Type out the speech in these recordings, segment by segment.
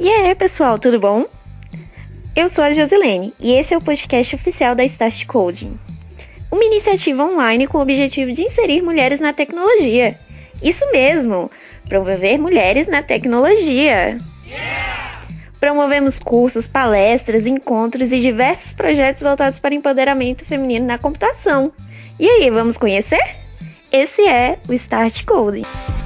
E aí, pessoal, tudo bom? Eu sou a Josilene e esse é o podcast oficial da Start Coding, uma iniciativa online com o objetivo de inserir mulheres na tecnologia. Isso mesmo, promover mulheres na tecnologia. Promovemos cursos, palestras, encontros e diversos projetos voltados para empoderamento feminino na computação. E aí, vamos conhecer? Esse é o Start Coding.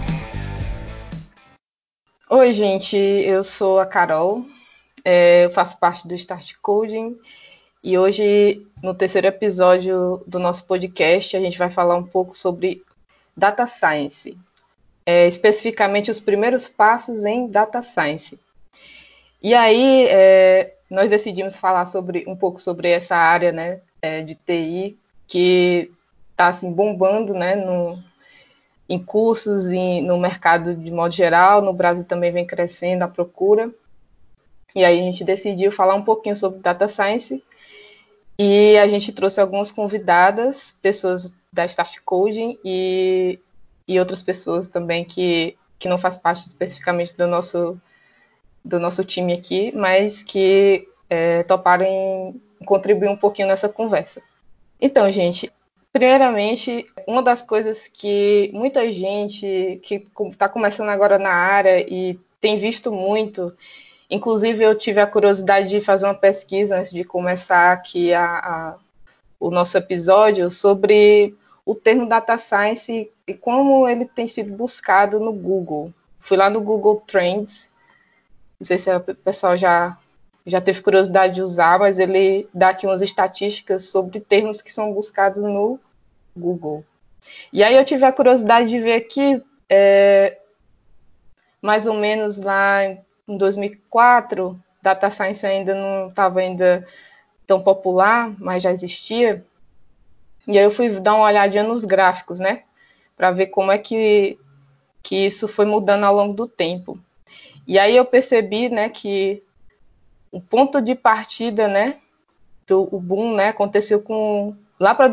Oi, gente, eu sou a Carol, eu faço parte do Start Coding e hoje, no terceiro episódio do nosso podcast, a gente vai falar um pouco sobre Data Science, especificamente os primeiros passos em Data Science. E aí, nós decidimos falar um pouco sobre essa área, né, de TI, que está assim, bombando, né, em cursos e no mercado de modo geral. No Brasil também vem crescendo a procura. E aí a gente decidiu falar um pouquinho sobre Data Science e a gente trouxe algumas convidadas, pessoas da Start Coding e outras pessoas também que não faz parte especificamente do nosso time aqui, mas que toparam em contribuir um pouquinho nessa conversa. Então, gente, primeiramente, uma das coisas que muita gente que está começando agora na área e tem visto muito, inclusive eu tive a curiosidade de fazer uma pesquisa antes de começar aqui o nosso episódio sobre o termo Data Science e como ele tem sido buscado no Google. Fui lá no Google Trends, não sei se o pessoal já teve curiosidade de usar, mas ele dá aqui umas estatísticas sobre termos que são buscados no Google. E aí eu tive a curiosidade de ver que mais ou menos lá em 2004, Data Science ainda não estava ainda tão popular, mas já existia. E aí eu fui dar uma olhadinha nos gráficos, né, para ver como é que isso foi mudando ao longo do tempo. E aí eu percebi, né, que o ponto de partida, né, o boom, né, aconteceu lá para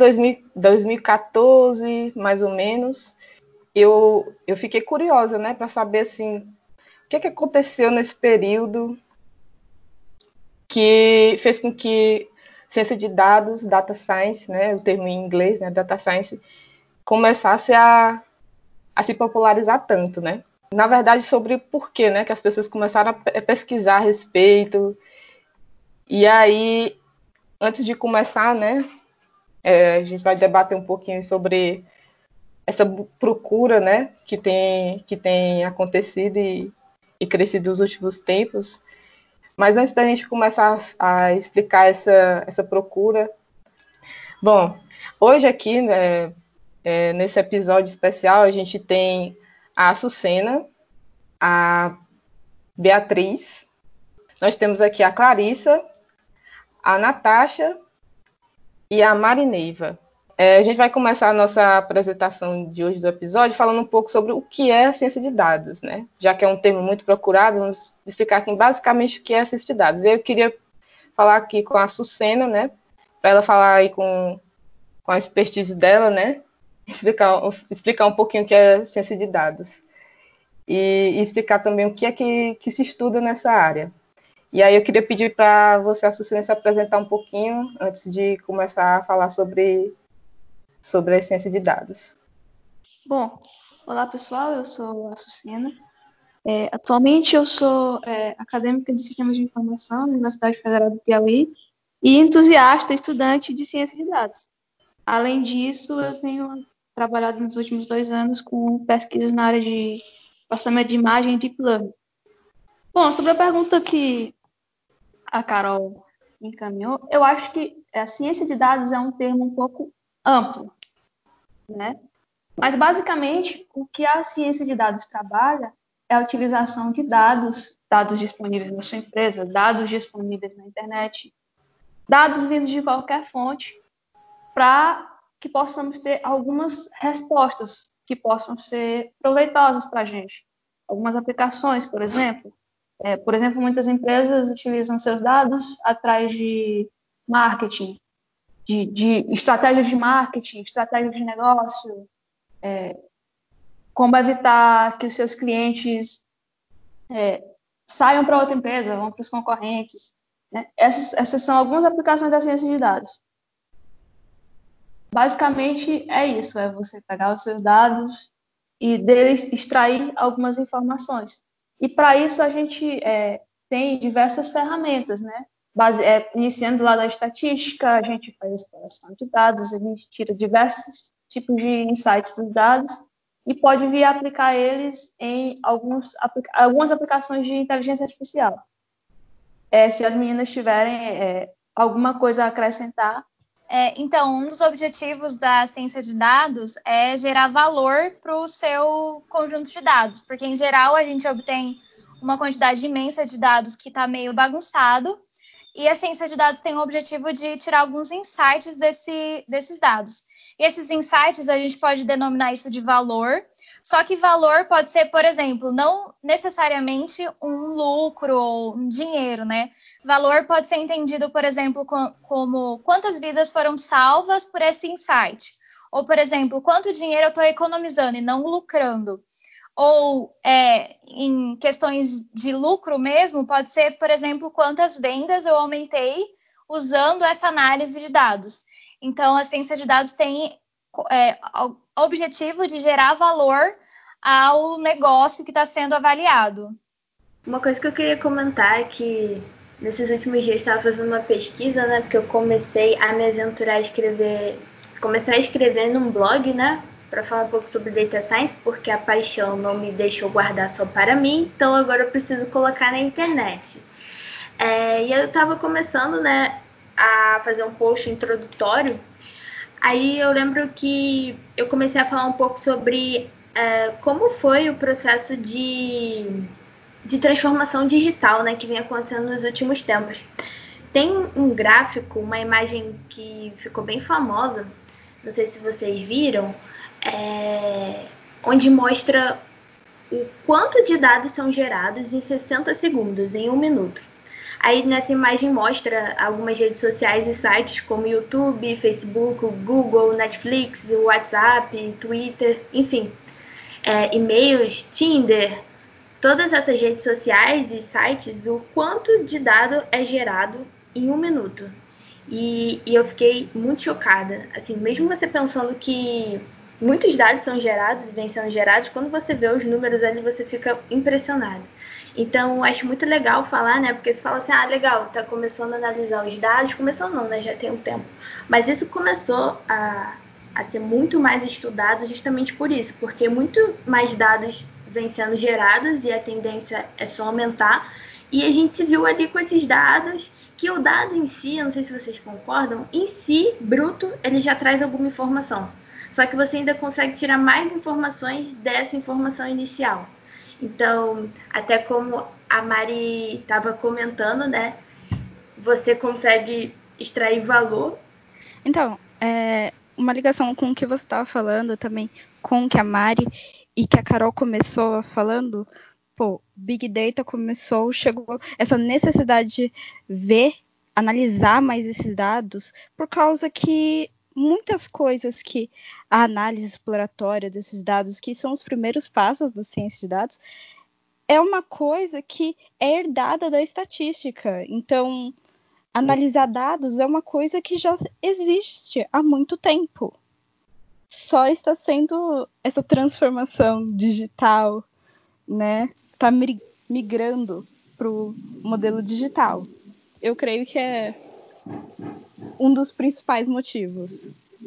2014, mais ou menos. Eu fiquei curiosa, né, para saber assim, o que aconteceu nesse período que fez com que ciência de dados, data science, né, o termo em inglês, né, data science, começasse a se popularizar tanto, né? Na verdade, sobre por quê, né, que as pessoas começaram a pesquisar a respeito. E aí, antes de começar, né, a gente vai debater um pouquinho sobre essa procura, né, que tem acontecido e crescido nos últimos tempos. Mas antes da gente começar a explicar essa procura, bom, hoje aqui, né, nesse episódio especial, a gente tem a Açucena, a Beatriz, nós temos aqui a Clarissa, a Natasha e a Marineiva. A gente vai começar a nossa apresentação de hoje do episódio falando um pouco sobre o que é a ciência de dados, né? Já que é um termo muito procurado, vamos explicar aqui basicamente o que é a ciência de dados. Eu queria falar aqui com a Açucena, né? Para ela falar aí com a expertise dela, né? Explicar um pouquinho o que é ciência de dados. E explicar também o que é que se estuda nessa área. E aí eu queria pedir para você, Açucena, se apresentar um pouquinho antes de começar a falar sobre a ciência de dados. Bom, olá pessoal, eu sou a Açucena. Atualmente eu sou acadêmica de Sistemas de Informação na Universidade Federal do Piauí e entusiasta, estudante de Ciência de Dados. Além disso, eu tenho trabalhado nos últimos 2 anos com pesquisas na área de processamento de imagem e Deep Learning. Bom, sobre a pergunta que a Carol encaminhou, eu acho que a ciência de dados é um termo um pouco amplo, né? Mas, basicamente, o que a ciência de dados trabalha é a utilização de dados disponíveis na sua empresa, dados disponíveis na internet, dados vindos de qualquer fonte, para que possamos ter algumas respostas que possam ser proveitosas para a gente. Algumas aplicações, por exemplo. Muitas empresas utilizam seus dados atrás de marketing, de estratégias de marketing, estratégias de negócio, como evitar que os seus clientes saiam para outra empresa, vão para os concorrentes, né? Essas são algumas aplicações da ciência de dados. Basicamente é isso, é você pegar os seus dados e deles extrair algumas informações. E para isso a gente tem diversas ferramentas, né? Iniciando lá da estatística, a gente faz exploração de dados, a gente tira diversos tipos de insights dos dados e pode vir aplicar eles em algumas aplicações de inteligência artificial. Se as meninas tiverem alguma coisa a acrescentar. Então, um dos objetivos da ciência de dados é gerar valor para o seu conjunto de dados, porque, em geral, a gente obtém uma quantidade imensa de dados que está meio bagunçado, e a ciência de dados tem o objetivo de tirar alguns insights desses dados. E esses insights, a gente pode denominar isso de valor, só que valor pode ser, por exemplo, não necessariamente um lucro ou um dinheiro, né? Valor pode ser entendido, por exemplo, como quantas vidas foram salvas por esse insight. Ou, por exemplo, quanto dinheiro eu estou economizando e não lucrando. Ou, em questões de lucro mesmo, pode ser, por exemplo, quantas vendas eu aumentei usando essa análise de dados. Então, a ciência de dados tem o objetivo de gerar valor ao negócio que está sendo avaliado. Uma coisa que eu queria comentar é que nesses últimos dias eu estava fazendo uma pesquisa, né? Porque eu comecei a me aventurar a escrever num blog, né? Para falar um pouco sobre Data Science, porque a paixão não me deixou guardar só para mim, então agora eu preciso colocar na internet. E eu estava começando, né, a fazer um post introdutório. Aí eu lembro que eu comecei a falar um pouco sobre como foi o processo de transformação digital, né, que vem acontecendo nos últimos tempos. Tem um gráfico, uma imagem que ficou bem famosa, não sei se vocês viram, onde mostra o quanto de dados são gerados em 60 segundos, em 1 minuto. Aí nessa imagem mostra algumas redes sociais e sites como YouTube, Facebook, Google, Netflix, WhatsApp, Twitter, enfim, e-mails, Tinder, todas essas redes sociais e sites, o quanto de dado é gerado em 1 minuto. E eu fiquei muito chocada. Assim, mesmo você pensando que muitos dados são gerados e vêm sendo gerados, quando você vê os números ali, você fica impressionado. Então, acho muito legal falar, né? Porque você fala assim, legal, tá começando a analisar os dados. Começou não, né? Já tem um tempo. Mas isso começou a ser muito mais estudado justamente por isso. Porque muito mais dados vêm sendo gerados e a tendência é só aumentar. E a gente se viu ali com esses dados, que o dado em si, eu não sei se vocês concordam, em si, bruto, ele já traz alguma informação. Só que você ainda consegue tirar mais informações dessa informação inicial. Então, até como a Mari estava comentando, né? Você consegue extrair valor. Então, uma ligação com o que você estava falando também, com o que a Mari e que a Carol começou falando, Big Data chegou essa necessidade de ver, analisar mais esses dados, por causa que muitas coisas que a análise exploratória desses dados, que são os primeiros passos da ciência de dados, é uma coisa que é herdada da estatística. Então, analisar dados é uma coisa que já existe há muito tempo. Só está sendo essa transformação digital, né? Está migrando para o modelo digital. Eu creio que é um dos principais motivos.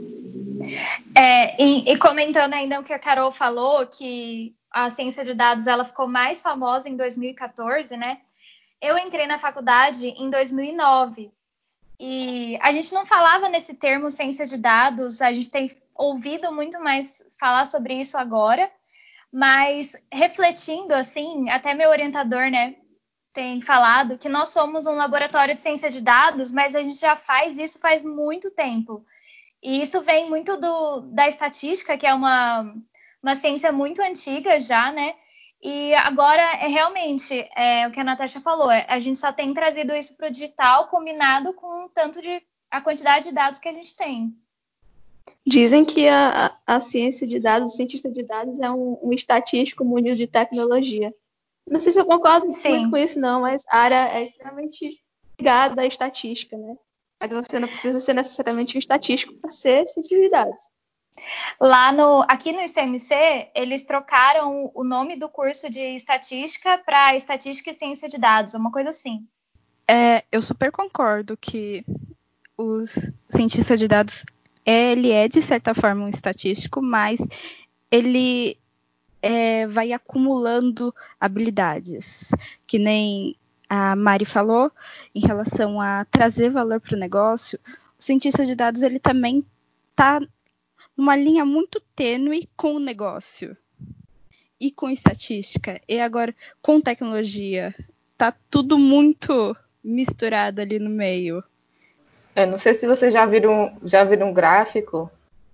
E comentando ainda o que a Carol falou, que a ciência de dados ela ficou mais famosa em 2014, né? Eu entrei na faculdade em 2009 e a gente não falava nesse termo ciência de dados, a gente tem ouvido muito mais falar sobre isso agora, mas refletindo assim, até meu orientador, né, tem falado que nós somos um laboratório de ciência de dados, mas a gente já faz isso faz muito tempo. E isso vem muito da estatística, que é uma ciência muito antiga já, né? E agora, realmente, o que a Natasha falou, a gente só tem trazido isso para o digital, combinado com a quantidade de dados que a gente tem. Dizem que a ciência de dados, o cientista de dados é um estatístico munido de tecnologia. Não sei se eu concordo Sim. muito com isso, não, mas a área é extremamente ligada à estatística, né? Mas você não precisa ser necessariamente um estatístico para ser cientista de dados. Aqui no ICMC, eles trocaram o nome do curso de estatística para estatística e ciência de dados, uma coisa assim. Eu super concordo que o cientista de dados, ele é de certa forma um estatístico, mas ele vai acumulando habilidades, que nem a Mari falou, em relação a trazer valor para o negócio. O cientista de dados, ele também está numa linha muito tênue com o negócio e com estatística, e agora com tecnologia. Tá tudo muito misturado ali no meio. Não sei se vocês já viram um gráfico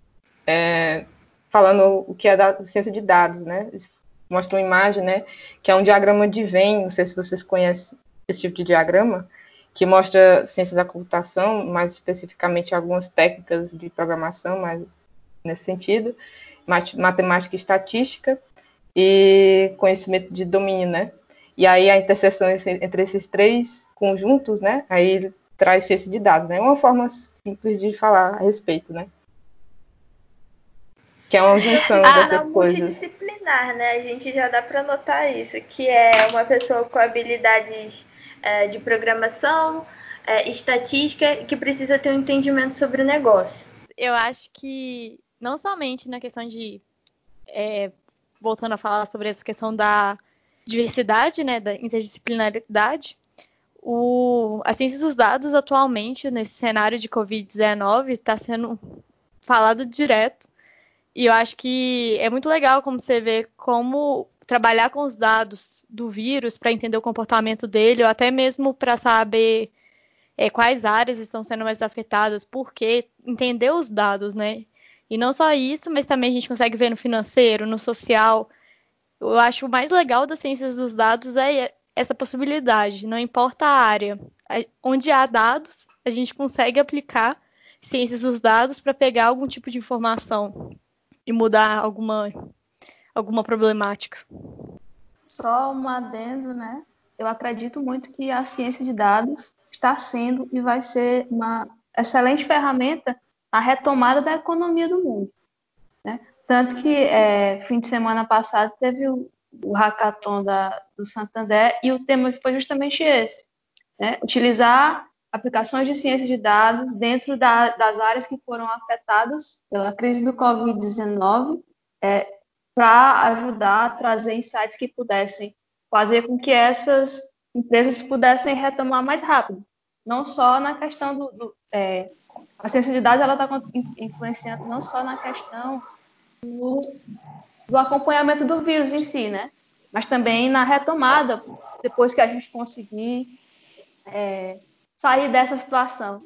falando o que é da ciência de dados, né? Mostra uma imagem, né? Que é um diagrama de Venn, não sei se vocês conhecem esse tipo de diagrama, que mostra ciência da computação, mais especificamente algumas técnicas de programação, mais nesse sentido, matemática e estatística, e conhecimento de domínio, né? E aí a interseção entre esses três conjuntos, né? Aí traz ciência de dados, né? É uma forma simples de falar a respeito, né? Que é uma junção dessas coisas. Multidisciplinar, né? A gente já dá para notar isso, que é uma pessoa com habilidades de programação, estatística, que precisa ter um entendimento sobre o negócio. Eu acho que não somente na questão de voltando a falar sobre essa questão da diversidade, né, da interdisciplinaridade, a ciência dos dados atualmente, nesse cenário de Covid-19, está sendo falado direto. E eu acho que é muito legal como você vê como trabalhar com os dados do vírus para entender o comportamento dele, ou até mesmo para saber quais áreas estão sendo mais afetadas, por quê, entender os dados, né? E não só isso, mas também a gente consegue ver no financeiro, no social. Eu acho o mais legal das ciências dos dados é essa possibilidade, não importa a área. Onde há dados, a gente consegue aplicar ciências dos dados para pegar algum tipo de informação e mudar alguma problemática. Só um adendo, né? Eu acredito muito que a ciência de dados está sendo e vai ser uma excelente ferramenta na retomada da economia do mundo, né? Tanto que fim de semana passado teve o hackathon do Santander e o tema foi justamente esse, né? Utilizar aplicações de ciência de dados dentro das áreas que foram afetadas pela crise do Covid-19 para ajudar a trazer insights que pudessem fazer com que essas empresas pudessem retomar mais rápido. Não só na questão a ciência de dados ela está influenciando não só na questão do acompanhamento do vírus em si, né? Mas também na retomada, depois que a gente conseguir sair dessa situação.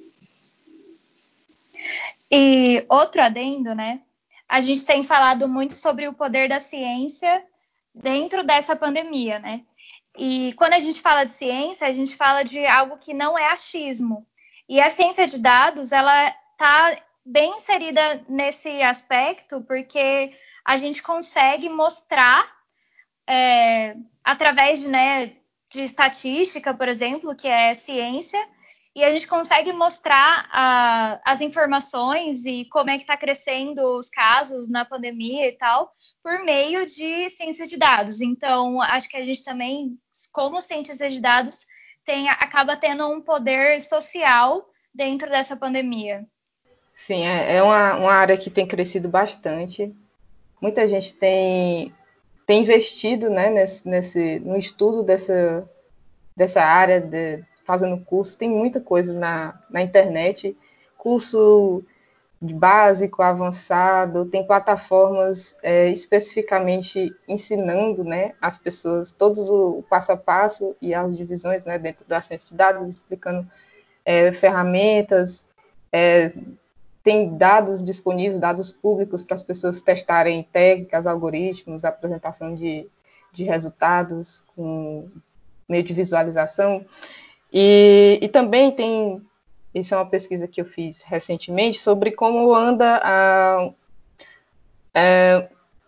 E outro adendo, né? A gente tem falado muito sobre o poder da ciência dentro dessa pandemia, né? E quando a gente fala de ciência, a gente fala de algo que não é achismo. E a ciência de dados, ela está bem inserida nesse aspecto, porque a gente consegue mostrar, através de estatística, por exemplo, que é ciência, e a gente consegue mostrar as informações e como é que está crescendo os casos na pandemia e tal, por meio de ciência de dados. Então, acho que a gente também, como cientista de dados, acaba tendo um poder social dentro dessa pandemia. Sim, é uma área que tem crescido bastante. Muita gente tem investido, né, no estudo dessa área, fazendo curso. Tem muita coisa na internet, curso de básico, avançado, tem plataformas especificamente ensinando, né, as pessoas todos o passo a passo e as divisões, né, dentro da ciência de dados, explicando ferramentas, tem dados disponíveis, dados públicos para as pessoas testarem técnicas, algoritmos, apresentação de resultados com meio de visualização. E também tem, isso é uma pesquisa que eu fiz recentemente, sobre como anda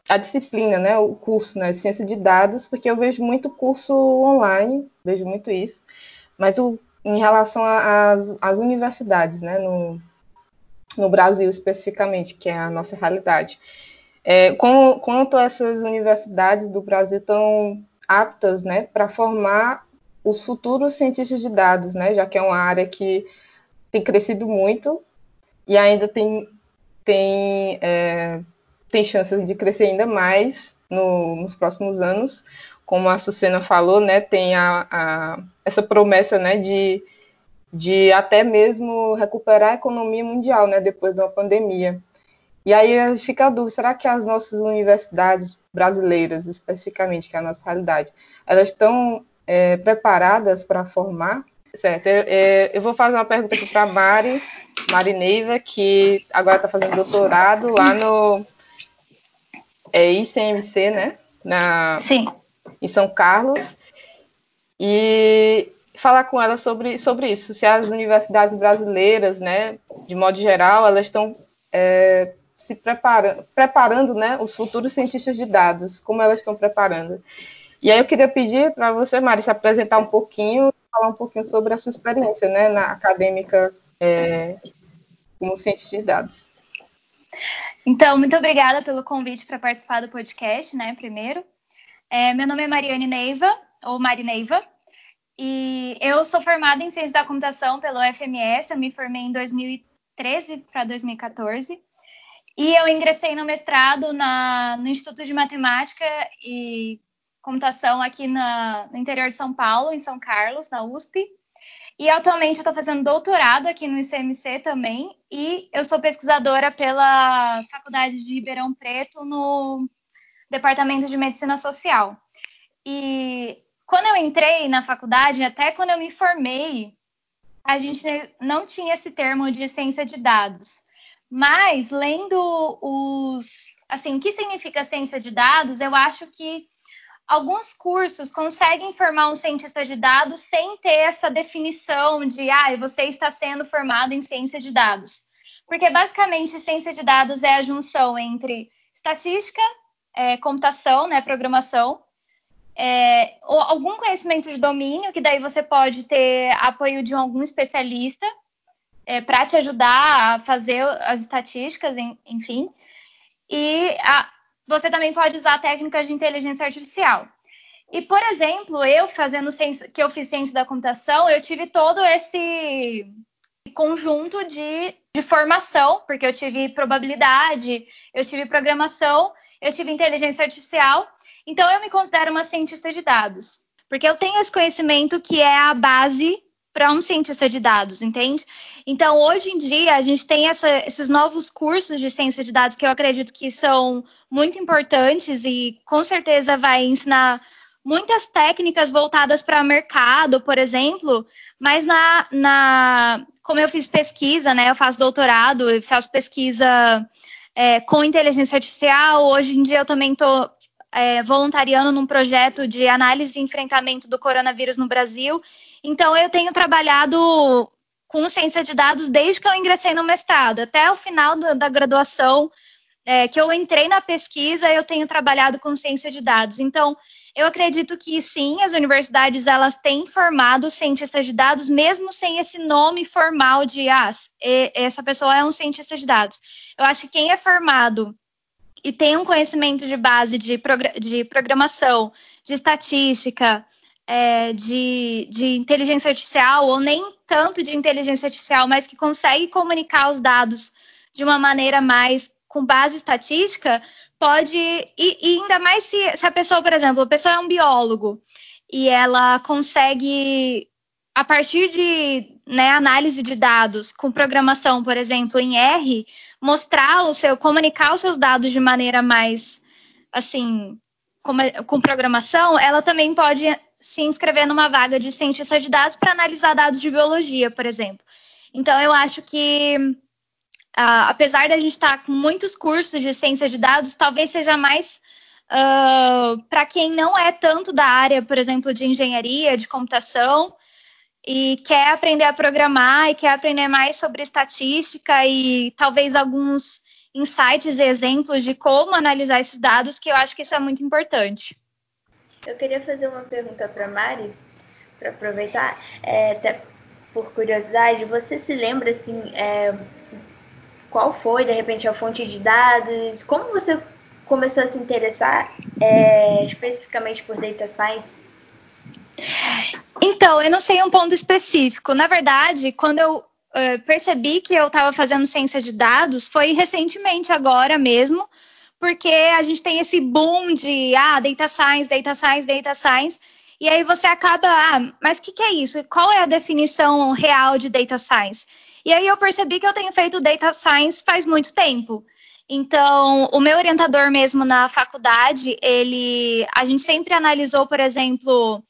a disciplina, né, o curso, né, ciência de dados, porque eu vejo muito curso online, vejo muito isso, mas em relação às universidades, né, no Brasil especificamente, que é a nossa realidade. Quanto essas universidades do Brasil estão aptas, né, para formar os futuros cientistas de dados, né, já que é uma área que tem crescido muito e ainda tem chances de crescer ainda mais nos próximos anos. Como a Sucena falou, né, tem essa promessa, né, de até mesmo recuperar a economia mundial, né, depois de uma pandemia. E aí fica a dúvida, será que as nossas universidades brasileiras, especificamente, que é a nossa realidade, elas estão preparadas para formar? Certo, eu vou fazer uma pergunta aqui para a Mari Neiva, que agora está fazendo doutorado lá no ICMC, né? Sim. Em São Carlos. E falar com ela sobre isso, se as universidades brasileiras, né, de modo geral, elas estão se preparando, né, os futuros cientistas de dados, como elas estão preparando. E aí eu queria pedir para você, Mari, se apresentar um pouquinho, falar um pouquinho sobre a sua experiência, né, na acadêmica como cientista de dados. Então, muito obrigada pelo convite para participar do podcast, né, primeiro. Meu nome é Mariane Neiva, ou Mari Neiva, e eu sou formada em Ciência da Computação pelo UFMS, eu me formei em 2013 para 2014, e eu ingressei no mestrado no Instituto de Matemática e Computação aqui no interior de São Paulo, em São Carlos, na USP. E atualmente eu estou fazendo doutorado aqui no ICMC também, e eu sou pesquisadora pela Faculdade de Ribeirão Preto no Departamento de Medicina Social. E quando eu entrei na faculdade, até quando eu me formei, a gente não tinha esse termo de ciência de dados. Mas, lendo o que significa ciência de dados, eu acho que alguns cursos conseguem formar um cientista de dados sem ter essa definição de você está sendo formado em ciência de dados. Porque, basicamente, ciência de dados é a junção entre estatística, computação, né, programação, ou algum conhecimento de domínio, que daí você pode ter apoio de algum especialista para te ajudar a fazer as estatísticas, enfim. E você também pode usar técnicas de inteligência artificial. E, por exemplo, eu fiz ciência da computação, eu tive todo esse conjunto de formação, porque eu tive probabilidade, eu tive programação, eu tive inteligência artificial. Então, eu me considero uma cientista de dados, porque eu tenho esse conhecimento que é a base para um cientista de dados, entende? Então, hoje em dia, a gente tem esses novos cursos de ciência de dados que eu acredito que são muito importantes e, com certeza, vai ensinar muitas técnicas voltadas para o mercado, por exemplo, mas como eu fiz pesquisa, né? Eu faço doutorado, eu faço pesquisa com inteligência artificial. Hoje em dia eu também estou voluntariando num projeto de análise de enfrentamento do coronavírus no Brasil. Então, eu tenho trabalhado com ciência de dados desde que eu ingressei no mestrado. Até o final da graduação, que eu entrei na pesquisa, eu tenho trabalhado com ciência de dados. Então, eu acredito que sim, as universidades elas têm formado cientistas de dados, mesmo sem esse nome formal de essa pessoa é um cientista de dados. Eu acho que quem é formado e tem um conhecimento de base de programação, de estatística, de inteligência artificial, ou nem tanto de inteligência artificial, mas que consegue comunicar os dados de uma maneira mais com base estatística, pode, e ainda mais se a pessoa, por exemplo, a pessoa é um biólogo e ela consegue, a partir de análise de dados com programação, por exemplo, em R, comunicar os seus dados de maneira mais, assim, com programação, ela também pode se inscrever numa vaga de cientista de dados para analisar dados de biologia, por exemplo. Então, eu acho que apesar da gente estar com muitos cursos de ciência de dados, talvez seja mais para quem não é tanto da área, por exemplo, de engenharia, de computação, e quer aprender a programar e quer aprender mais sobre estatística e talvez alguns insights e exemplos de como analisar esses dados, que eu acho que isso é muito importante. Eu queria fazer uma pergunta para a Mari, para aproveitar, até por curiosidade, você se lembra assim, qual foi, de repente, a fonte de dados? Como você começou a se interessar especificamente por Data Science? Então, eu não sei um ponto específico. Na verdade, quando eu percebi que eu estava fazendo ciência de dados, foi recentemente agora mesmo, porque a gente tem esse boom de Data Science, Data Science, Data Science, e aí você acaba, mas o que é isso? Qual é a definição real de Data Science? E aí eu percebi que eu tenho feito Data Science faz muito tempo. Então, o meu orientador mesmo na faculdade, a gente sempre analisou, por exemplo,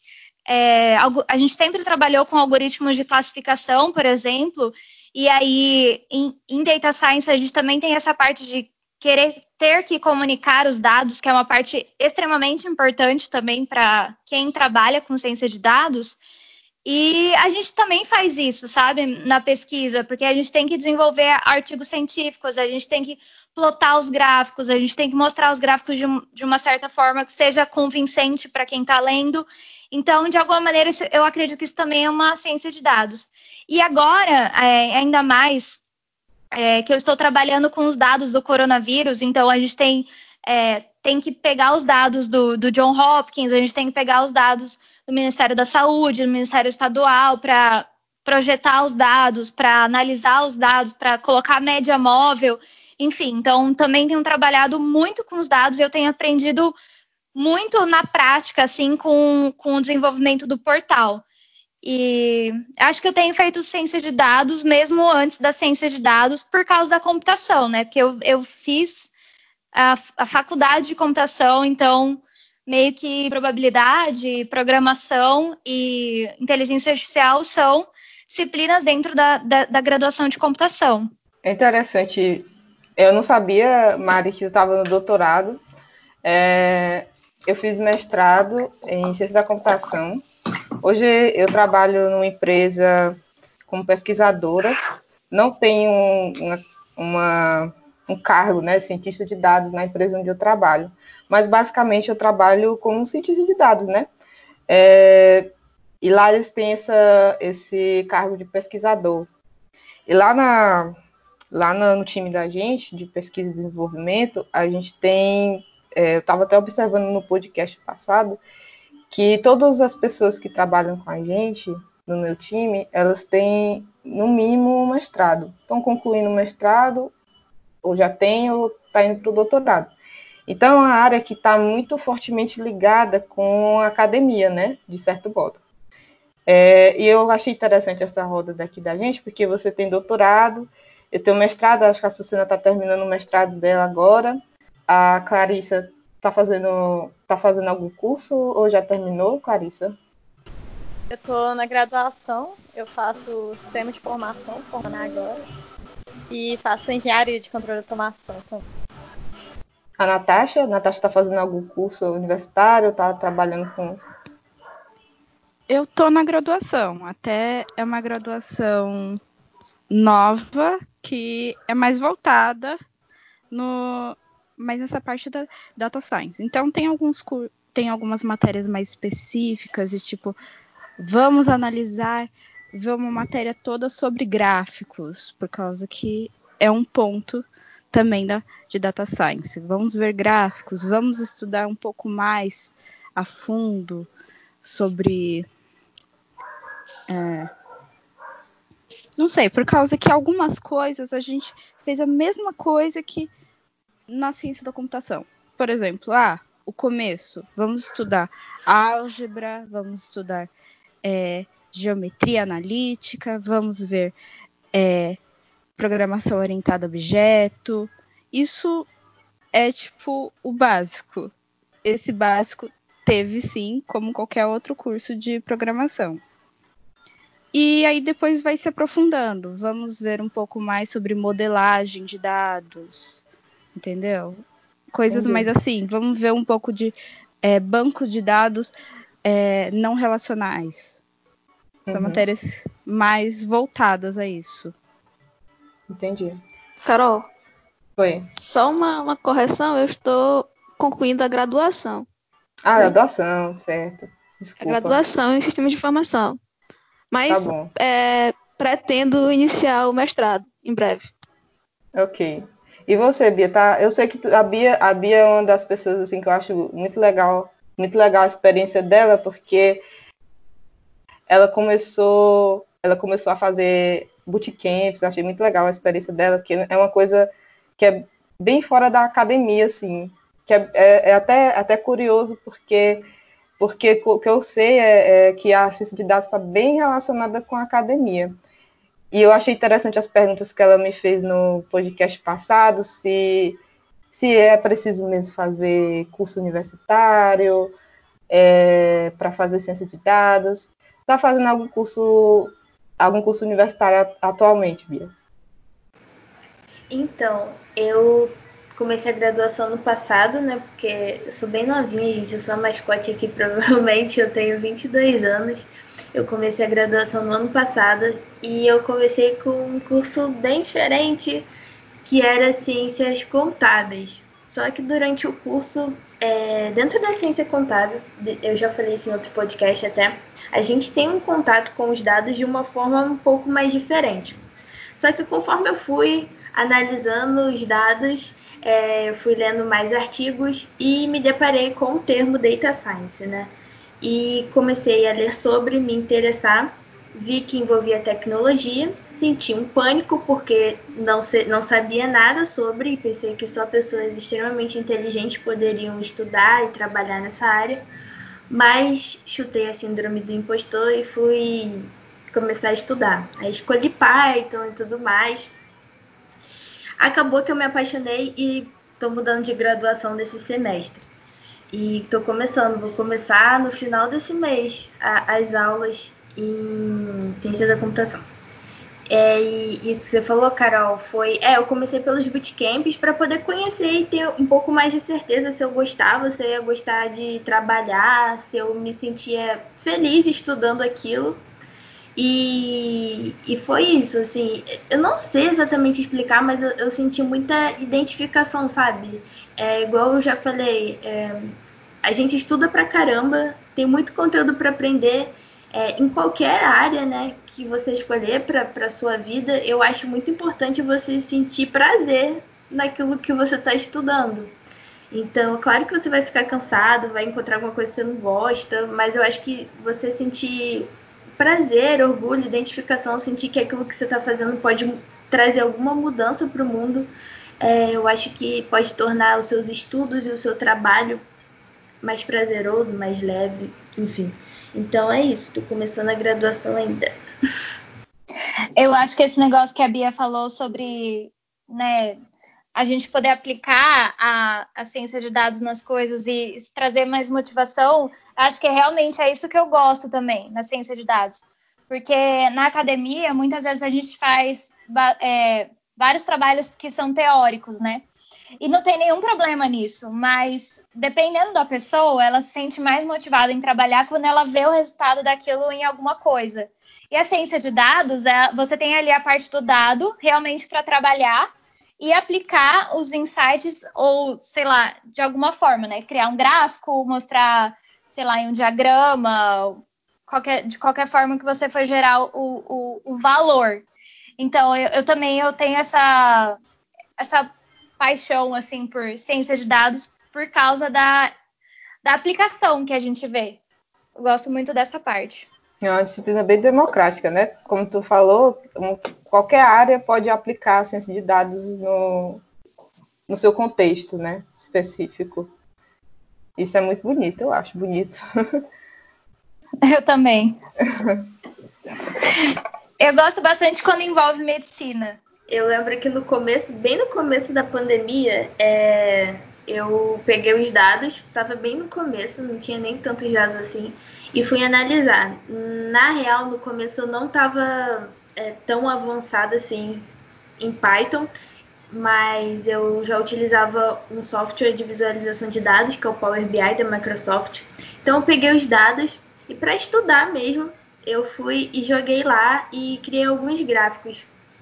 a gente sempre trabalhou com algoritmos de classificação, por exemplo, e aí em Data Science a gente também tem essa parte de ter que comunicar os dados, que é uma parte extremamente importante também para quem trabalha com ciência de dados. E a gente também faz isso, sabe, na pesquisa, porque a gente tem que desenvolver artigos científicos, a gente tem que plotar os gráficos, a gente tem que mostrar os gráficos de uma certa forma que seja convincente para quem está lendo. Então, de alguma maneira, eu acredito que isso também é uma ciência de dados. E agora, ainda mais que eu estou trabalhando com os dados do coronavírus, então a gente tem que pegar os dados do John Hopkins, a gente tem que pegar os dados do Ministério da Saúde, do Ministério Estadual, para projetar os dados, para analisar os dados, para colocar a média móvel, enfim. Então, também tenho trabalhado muito com os dados e eu tenho aprendido muito na prática, assim, com o desenvolvimento do portal. E acho que eu tenho feito ciência de dados mesmo antes da ciência de dados por causa da computação, né? Porque eu fiz a faculdade de computação, então meio que probabilidade, programação e inteligência artificial são disciplinas dentro da graduação de computação. É interessante. Eu não sabia, Mari, que eu estava no doutorado. Eu fiz mestrado em ciência da computação. Hoje eu trabalho numa empresa como pesquisadora. Não tenho um cargo, né, cientista de dados na empresa onde eu trabalho. Mas basicamente eu trabalho como cientista de dados, né? E lá eles têm esse cargo de pesquisador. E lá no time da gente, de pesquisa e desenvolvimento, a gente tem... eu estava até observando no podcast passado que todas as pessoas que trabalham com a gente, no meu time, elas têm, no mínimo, um mestrado. Estão concluindo o mestrado, ou já têm, ou está indo para o doutorado. Então, é uma área que está muito fortemente ligada com a academia, né, de certo modo. E eu achei interessante essa roda daqui da gente, porque você tem doutorado, eu tenho mestrado, acho que a Susana está terminando o mestrado dela agora, a Clarissa tá fazendo algum curso ou já terminou, Clarissa? Eu estou na graduação, eu faço sistema de formação, formando agora, e faço engenharia de controle de automação também. A Natasha está fazendo algum curso universitário, está trabalhando com... Eu tô na graduação, até é uma graduação nova, que é mais voltada mais nessa parte da Data Science. Então tem algumas matérias mais específicas, de tipo, vamos analisar, ver uma matéria toda sobre gráficos, por causa que é um ponto também de Data Science. Vamos ver gráficos, vamos estudar um pouco mais a fundo sobre... não sei, por causa que algumas coisas a gente fez a mesma coisa que na ciência da computação. Por exemplo, o começo, vamos estudar álgebra, vamos estudar geometria analítica, vamos ver programação orientada a objeto. Isso é tipo o básico. Esse básico teve sim, como qualquer outro curso de programação. E aí depois vai se aprofundando. Vamos ver um pouco mais sobre modelagem de dados, entendeu? Coisas mais assim. Vamos ver um pouco de banco de dados não relacionais. São matérias mais voltadas a isso. Entendi. Carol, Foi. Só uma correção, eu estou concluindo a graduação. Ah, graduação, certo. A Desculpa. graduação em Sistema de Informação. Tá Mas bom. pretendo iniciar o mestrado em breve. Ok. E você, Bia, tá? Eu sei que a Bia é uma das pessoas assim que eu acho muito legal a experiência dela, porque ela começou a fazer bootcamps, eu achei muito legal a experiência dela, porque é uma coisa que é bem fora da academia, assim, que é até curioso, porque o que eu sei é que a ciência de dados está bem relacionada com a academia. E eu achei interessante as perguntas que ela me fez no podcast passado, se é preciso mesmo fazer curso universitário para fazer ciência de dados. Está fazendo algum curso universitário atualmente, Bia? Então, eu comecei a graduação no passado, né? Porque eu sou bem novinha, gente. Eu sou a mascote aqui, provavelmente. Eu tenho 22 anos. Eu comecei a graduação no ano passado e eu comecei com um curso bem diferente, que era Ciências Contábeis. Só que durante o curso, dentro da ciência contábil, eu já falei isso em outro podcast até, a gente tem um contato com os dados de uma forma um pouco mais diferente. Só que conforme eu fui analisando os dados, eu fui lendo mais artigos e me deparei com o termo Data Science, né? E comecei a ler sobre, me interessar, vi que envolvia tecnologia, senti um pânico porque não sabia nada sobre e pensei que só pessoas extremamente inteligentes poderiam estudar e trabalhar nessa área, mas chutei a síndrome do impostor e fui começar a estudar. Aí escolhi Python e tudo mais. Acabou que eu me apaixonei e estou mudando de graduação desse semestre. E vou começar no final desse mês as aulas em ciência da computação. E isso que você falou, Carol, eu comecei pelos bootcamps para poder conhecer e ter um pouco mais de certeza se eu gostava, se eu ia gostar de trabalhar, se eu me sentia feliz estudando aquilo. E foi isso, assim, eu não sei exatamente explicar, mas eu senti muita identificação, sabe? Igual eu já falei, a gente estuda pra caramba, tem muito conteúdo para aprender em qualquer área, né, que você escolher para sua vida. Eu acho muito importante você sentir prazer naquilo que você está estudando. Então, claro que você vai ficar cansado, vai encontrar alguma coisa que você não gosta, mas eu acho que você sentir prazer, orgulho, identificação, sentir que aquilo que você está fazendo pode trazer alguma mudança para o mundo, eu acho que pode tornar os seus estudos e o seu trabalho mais prazeroso, mais leve, enfim. Então é isso, estou começando a graduação ainda. Eu acho que esse negócio que a Bia falou sobre, né, a gente poder aplicar a ciência de dados nas coisas e trazer mais motivação, acho que realmente é isso que eu gosto também na ciência de dados. Porque na academia, muitas vezes a gente faz vários trabalhos que são teóricos, né? E não tem nenhum problema nisso, mas dependendo da pessoa, ela se sente mais motivada em trabalhar quando ela vê o resultado daquilo em alguma coisa. E a ciência de dados, você tem ali a parte do dado realmente para trabalhar e aplicar os insights, ou, sei lá, de alguma forma, né? Criar um gráfico, mostrar, sei lá, em um diagrama, de qualquer forma que você for gerar o valor. Então, eu também tenho essa paixão, assim, por ciência de dados por causa da aplicação que a gente vê. Eu gosto muito dessa parte. É uma disciplina bem democrática, né? Como tu falou, qualquer área pode aplicar a ciência de dados no seu contexto, né? Específico. Isso é muito bonito, eu acho bonito. Eu também. Eu gosto bastante quando envolve medicina. Eu lembro que bem no começo da pandemia, eu peguei os dados, estava bem no começo, não tinha nem tantos dados assim, e fui analisar. Na real, no começo eu não estava tão avançada assim em Python, mas eu já utilizava um software de visualização de dados, que é o Power BI da Microsoft. Então eu peguei os dados e para estudar mesmo, eu fui e joguei lá e criei alguns gráficos.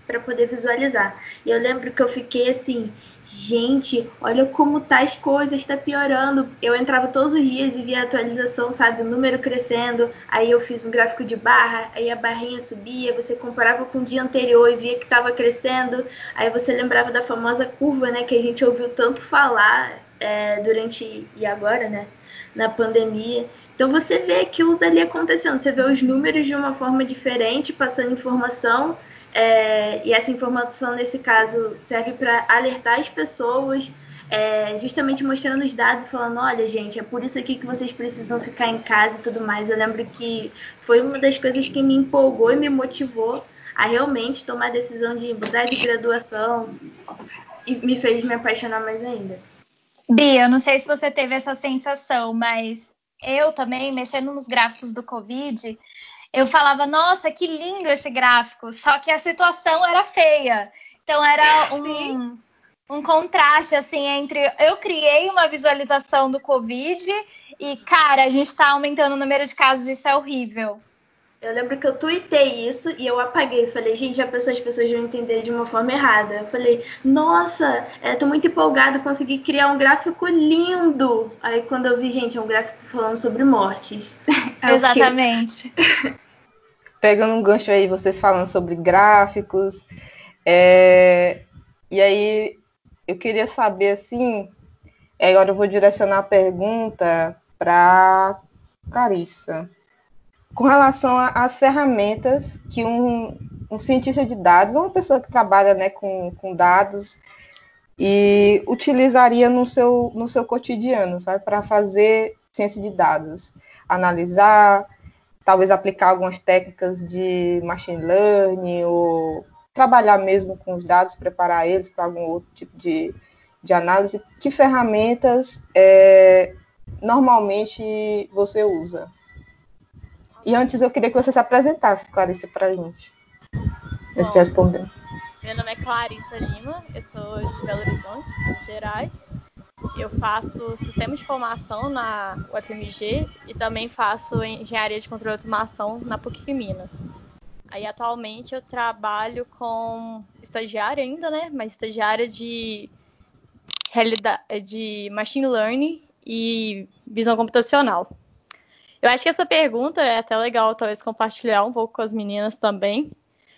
para poder visualizar. E eu lembro que eu fiquei assim, gente, olha como tá as coisas, tá piorando. Eu entrava todos os dias e via a atualização, sabe, o número crescendo, aí eu fiz um gráfico de barra, aí a barrinha subia, você comparava com o dia anterior e via que estava crescendo, aí você lembrava da famosa curva, né, que a gente ouviu tanto falar durante, e agora, né, na pandemia. Então você vê aquilo dali acontecendo, você vê os números de uma forma diferente, passando informação, e essa informação, nesse caso, serve para alertar as pessoas, justamente mostrando os dados e falando, olha, gente, é por isso aqui que vocês precisam ficar em casa e tudo mais. Eu lembro que foi uma das coisas que me empolgou e me motivou a realmente tomar a decisão de mudar de graduação e me fez me apaixonar mais ainda. Bia, eu não sei se você teve essa sensação, mas eu também, mexendo nos gráficos do Covid, eu falava, nossa, que lindo esse gráfico, só que a situação era feia. Então era um contraste, assim, entre eu criei uma visualização do Covid e, cara, a gente tá aumentando o número de casos, isso é horrível. Eu lembro que eu tuitei isso e eu apaguei. Falei, gente, as pessoas vão entender de uma forma errada. Eu falei, nossa, tô muito empolgada, consegui criar um gráfico lindo. Aí quando eu vi, gente, é um gráfico falando sobre mortes. Exatamente. Pegando um gancho aí, vocês falando sobre gráficos, e aí eu queria saber, assim, agora eu vou direcionar a pergunta para Clarissa. Com relação às ferramentas que um cientista de dados, uma pessoa que trabalha, né, com dados, e utilizaria no seu cotidiano, sabe, para fazer ciência de dados, analisar, talvez aplicar algumas técnicas de machine learning ou trabalhar mesmo com os dados, preparar eles para algum outro tipo de análise. Que ferramentas normalmente você usa? E antes eu queria que você se apresentasse, Clarissa, para a gente. Antes de responder. Meu nome é Clarissa Lima, eu sou de Belo Horizonte, Minas Gerais. Eu faço sistema de informação na UFMG e também faço engenharia de controle e automação na PUC Minas. Aí atualmente eu trabalho com estagiária ainda, né? Mas estagiária de machine learning e visão computacional. Eu acho que essa pergunta é até legal, talvez, compartilhar um pouco com as meninas também.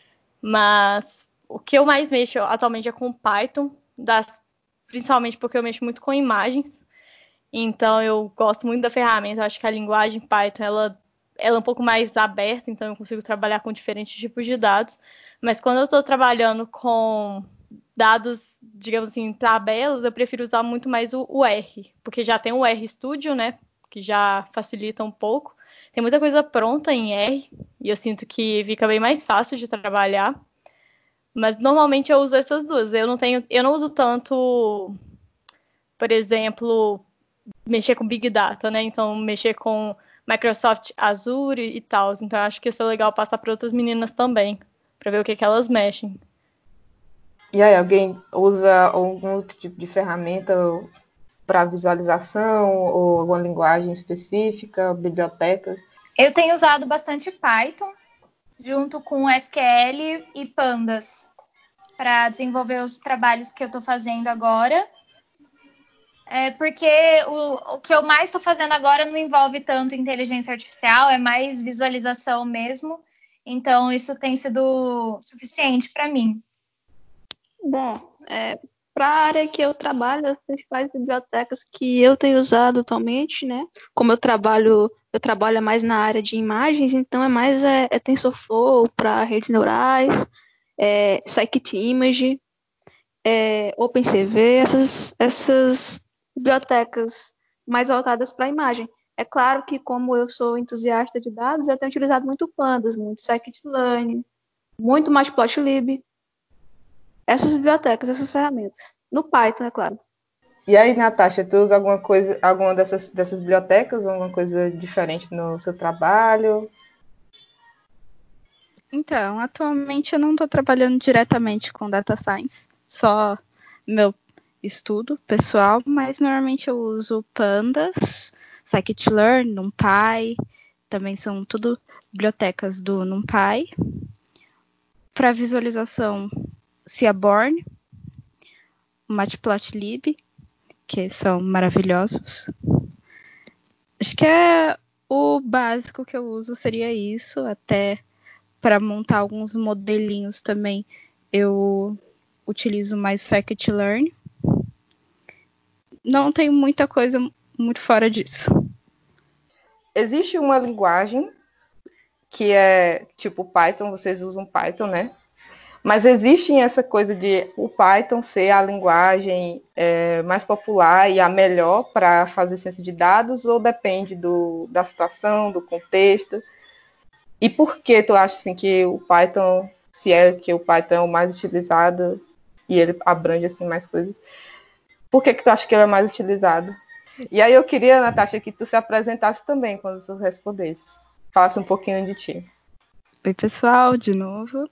Mas o que eu mais mexo atualmente é com Python, principalmente porque eu mexo muito com imagens. Então, eu gosto muito da ferramenta. Eu acho que a linguagem Python, ela é um pouco mais aberta, então eu consigo trabalhar com diferentes tipos de dados. Mas quando eu estou trabalhando com dados, digamos assim, tabelas, eu prefiro usar muito mais o R, porque já tem o RStudio, né? Que já facilita um pouco. Tem muita coisa pronta em R, e eu sinto que fica bem mais fácil de trabalhar. Mas normalmente eu uso essas duas. Eu não uso tanto, por exemplo, mexer com Big Data, né? Então, mexer com Microsoft Azure e tal. Então, eu acho que isso é legal passar para outras meninas também, para ver o que elas mexem. E aí, alguém usa algum outro tipo de ferramenta para visualização ou alguma linguagem específica, bibliotecas? Eu tenho usado bastante Python, junto com SQL e Pandas, para desenvolver os trabalhos que eu estou fazendo agora. Porque o que eu mais estou fazendo agora não envolve tanto inteligência artificial, é mais visualização mesmo. Então, isso tem sido suficiente para mim. Bom, para a área que eu trabalho, as principais bibliotecas que eu tenho usado atualmente, né? Como eu trabalho mais na área de imagens, então é mais TensorFlow para redes neurais, Scikit-Image, OpenCV, essas bibliotecas mais voltadas para a imagem. É claro que, como eu sou entusiasta de dados, eu tenho utilizado muito Pandas, muito Scikit-Learn, muito Matplotlib. Essas bibliotecas, essas ferramentas. No Python, é claro. E aí, Natasha, tu usa alguma dessas bibliotecas, alguma coisa diferente no seu trabalho? Então, atualmente eu não estou trabalhando diretamente com data science, só meu estudo pessoal, mas normalmente eu uso Pandas, Scikit-Learn, NumPy, também são tudo bibliotecas do NumPy. Para visualização, Seaborn, Matplotlib, que são maravilhosos. Acho que o básico que eu uso seria isso. Até para montar alguns modelinhos também, eu utilizo mais scikit-learn. Não tem muita coisa muito fora disso. Existe uma linguagem que é tipo Python, vocês usam Python, né? Mas existe essa coisa de o Python ser a linguagem mais popular e a melhor para fazer ciência de dados, ou depende da situação, do contexto? E por que tu acha assim, que o Python, se é que o Python é o mais utilizado e ele abrange assim, mais coisas, por que tu acha que ele é mais utilizado? E aí eu queria, Natasha, que tu se apresentasse também quando tu respondesse. Falasse um pouquinho de ti. Oi, pessoal, de novo.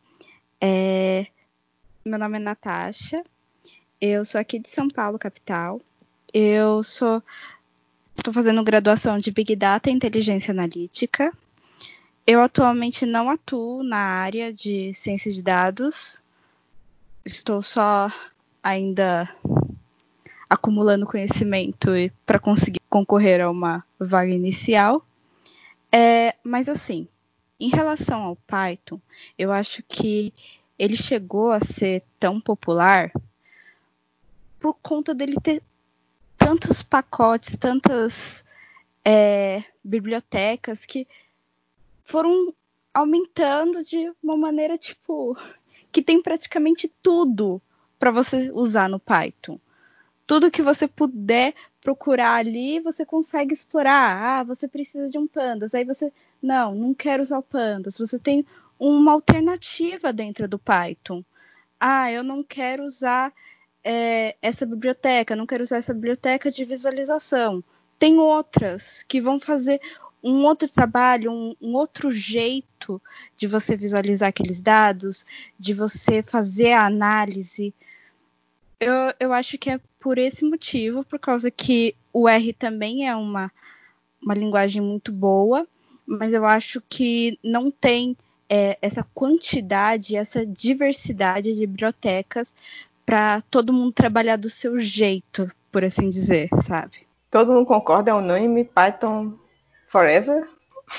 Meu nome é Natasha. Eu sou aqui de São Paulo, capital. Eu estou fazendo graduação de Big Data e Inteligência Analítica. Eu atualmente não atuo na área de ciência de dados. Estou só ainda acumulando conhecimento para conseguir concorrer a uma vaga inicial. Mas assim, em relação ao Python, eu acho que ele chegou a ser tão popular por conta dele ter tantos pacotes, tantas bibliotecas que foram aumentando de uma maneira tipo que tem praticamente tudo para você usar no Python. Tudo que você puder procurar ali, você consegue explorar. Você precisa de um pandas. Aí você, não quero usar o pandas. Você tem uma alternativa dentro do Python. Eu não quero usar essa biblioteca, não quero usar essa biblioteca de visualização. Tem outras que vão fazer um outro trabalho, um outro jeito de você visualizar aqueles dados, de você fazer a análise. Eu acho que é por esse motivo, por causa que o R também é uma linguagem muito boa, mas eu acho que não tem essa quantidade, essa diversidade de bibliotecas para todo mundo trabalhar do seu jeito, por assim dizer, sabe? Todo mundo concorda, é unânime, Python forever?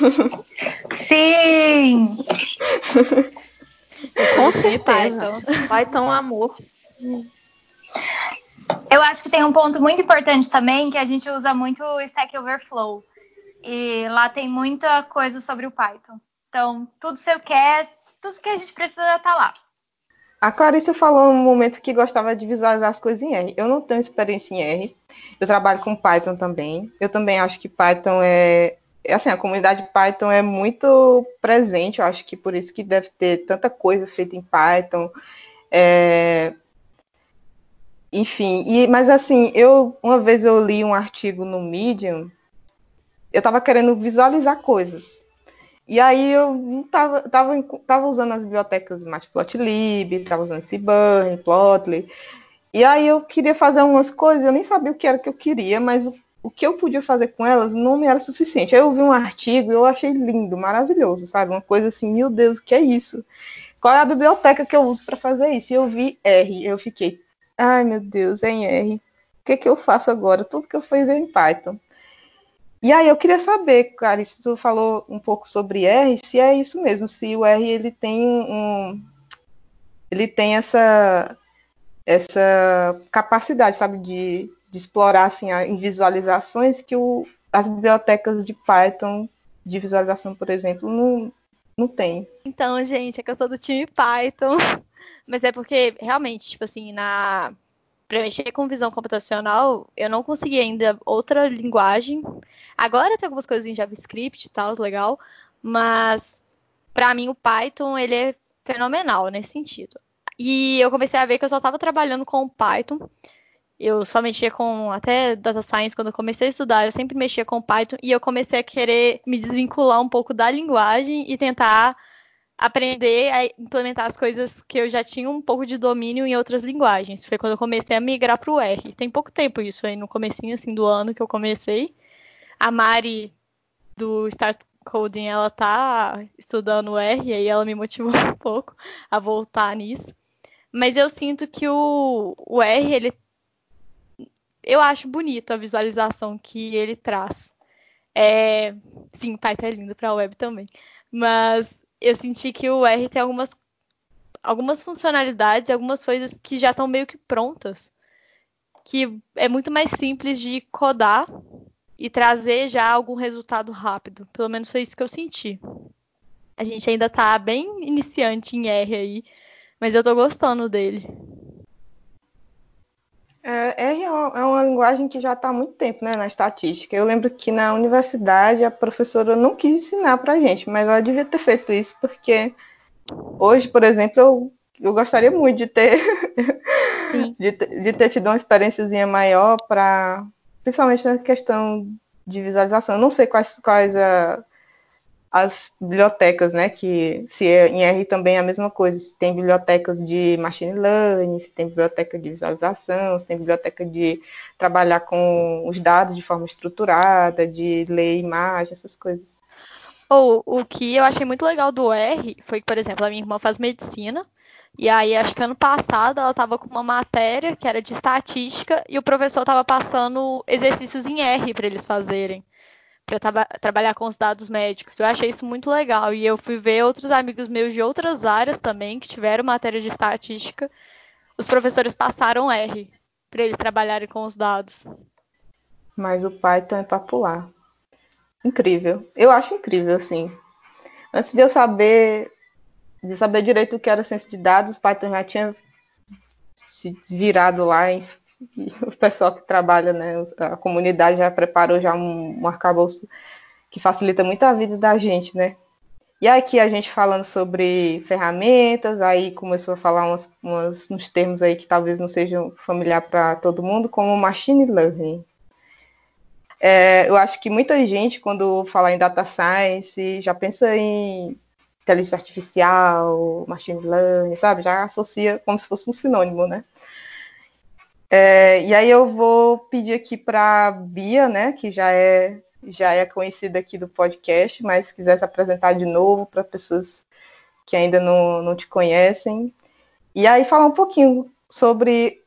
Sim! Com certeza. Python. Python amor. Eu acho que tem um ponto muito importante também, que a gente usa muito o Stack Overflow. E lá tem muita coisa sobre o Python. Então, tudo que a gente precisa tá lá. A Clarice falou um momento que gostava de visualizar as coisas em R. Eu não tenho experiência em R. Eu trabalho com Python também. Eu também acho que Python assim, a comunidade Python é muito presente. Eu acho que por isso que deve ter tanta coisa feita em Python. Enfim, mas assim, uma vez eu li um artigo no Medium. Eu estava querendo visualizar coisas. E aí eu não tava usando as bibliotecas Matplotlib, estava usando Seaborn, Plotly. E aí eu queria fazer umas coisas, eu nem sabia o que era que eu queria, mas o que eu podia fazer com elas não me era suficiente. Aí eu vi um artigo e eu achei lindo, maravilhoso, sabe? Uma coisa assim, meu Deus, o que é isso? Qual é a biblioteca que eu uso para fazer isso? E eu vi R, eu fiquei, ai meu Deus, é em R. O que eu faço agora? Tudo que eu fiz é em Python. E aí eu queria saber, Clarice, tu falou um pouco sobre R, se é isso mesmo, se o R ele tem essa capacidade, sabe, de explorar assim, em visualizações que as bibliotecas de Python de visualização, por exemplo, não tem. Então, gente, é que eu sou do time Python, mas é porque realmente, tipo assim, para mexer com visão computacional, eu não consegui ainda outra linguagem. Agora tem algumas coisas em JavaScript e tal, legal, mas para mim o Python ele é fenomenal nesse sentido. E eu comecei a ver que eu só estava trabalhando com o Python. Eu só mexia com até data science quando eu comecei a estudar, eu sempre mexia com Python e eu comecei a querer me desvincular um pouco da linguagem e tentar aprender a implementar as coisas que eu já tinha um pouco de domínio em outras linguagens. Foi quando eu comecei a migrar para o R. Tem pouco tempo isso aí, no comecinho assim, do ano que eu comecei. A Mari do Start Coding, ela tá estudando o R, e aí ela me motivou um pouco a voltar nisso. Mas eu sinto que o R, eu acho bonito a visualização que ele traz. Sim, Python é lindo para a web também. Mas eu senti que o R tem algumas funcionalidades, algumas coisas que já estão meio que prontas, que é muito mais simples de codar e trazer já algum resultado rápido. Pelo menos foi isso que eu senti. A gente ainda tá bem iniciante em R aí, mas eu tô gostando dele. R é uma linguagem que já está há muito tempo, né, na estatística. Eu lembro que na universidade a professora não quis ensinar para a gente, mas ela devia ter feito isso, porque hoje, por exemplo, eu gostaria muito de ter, de ter tido uma experiênciazinha maior, principalmente na questão de visualização. Eu não sei quais as bibliotecas, né, que se em R também é a mesma coisa, se tem bibliotecas de machine learning, se tem biblioteca de visualização, se tem biblioteca de trabalhar com os dados de forma estruturada, de ler imagem, essas coisas. O que eu achei muito legal do R foi que, por exemplo, a minha irmã faz medicina, e aí acho que ano passado ela estava com uma matéria que era de estatística e o professor estava passando exercícios em R para eles fazerem, para trabalhar com os dados médicos. Eu achei isso muito legal e eu fui ver outros amigos meus de outras áreas também que tiveram matéria de estatística. Os professores passaram R para eles trabalharem com os dados. Mas o Python é popular. Incrível. Eu acho incrível, assim. Antes de eu saber direito o que era ciência de dados, o Python já tinha se virado lá e o pessoal que trabalha, né, a comunidade já preparou já um arcabouço que facilita muito a vida da gente, né? E aqui a gente falando sobre ferramentas, aí começou a falar uns termos aí que talvez não sejam familiar para todo mundo, como machine learning. Eu acho que muita gente, quando fala em data science, já pensa em inteligência artificial, machine learning, sabe? Já associa como se fosse um sinônimo, né? E aí eu vou pedir aqui para a Bia, né, que já é conhecida aqui do podcast, mas se quiser se apresentar de novo para pessoas que ainda não te conhecem. E aí falar um pouquinho sobre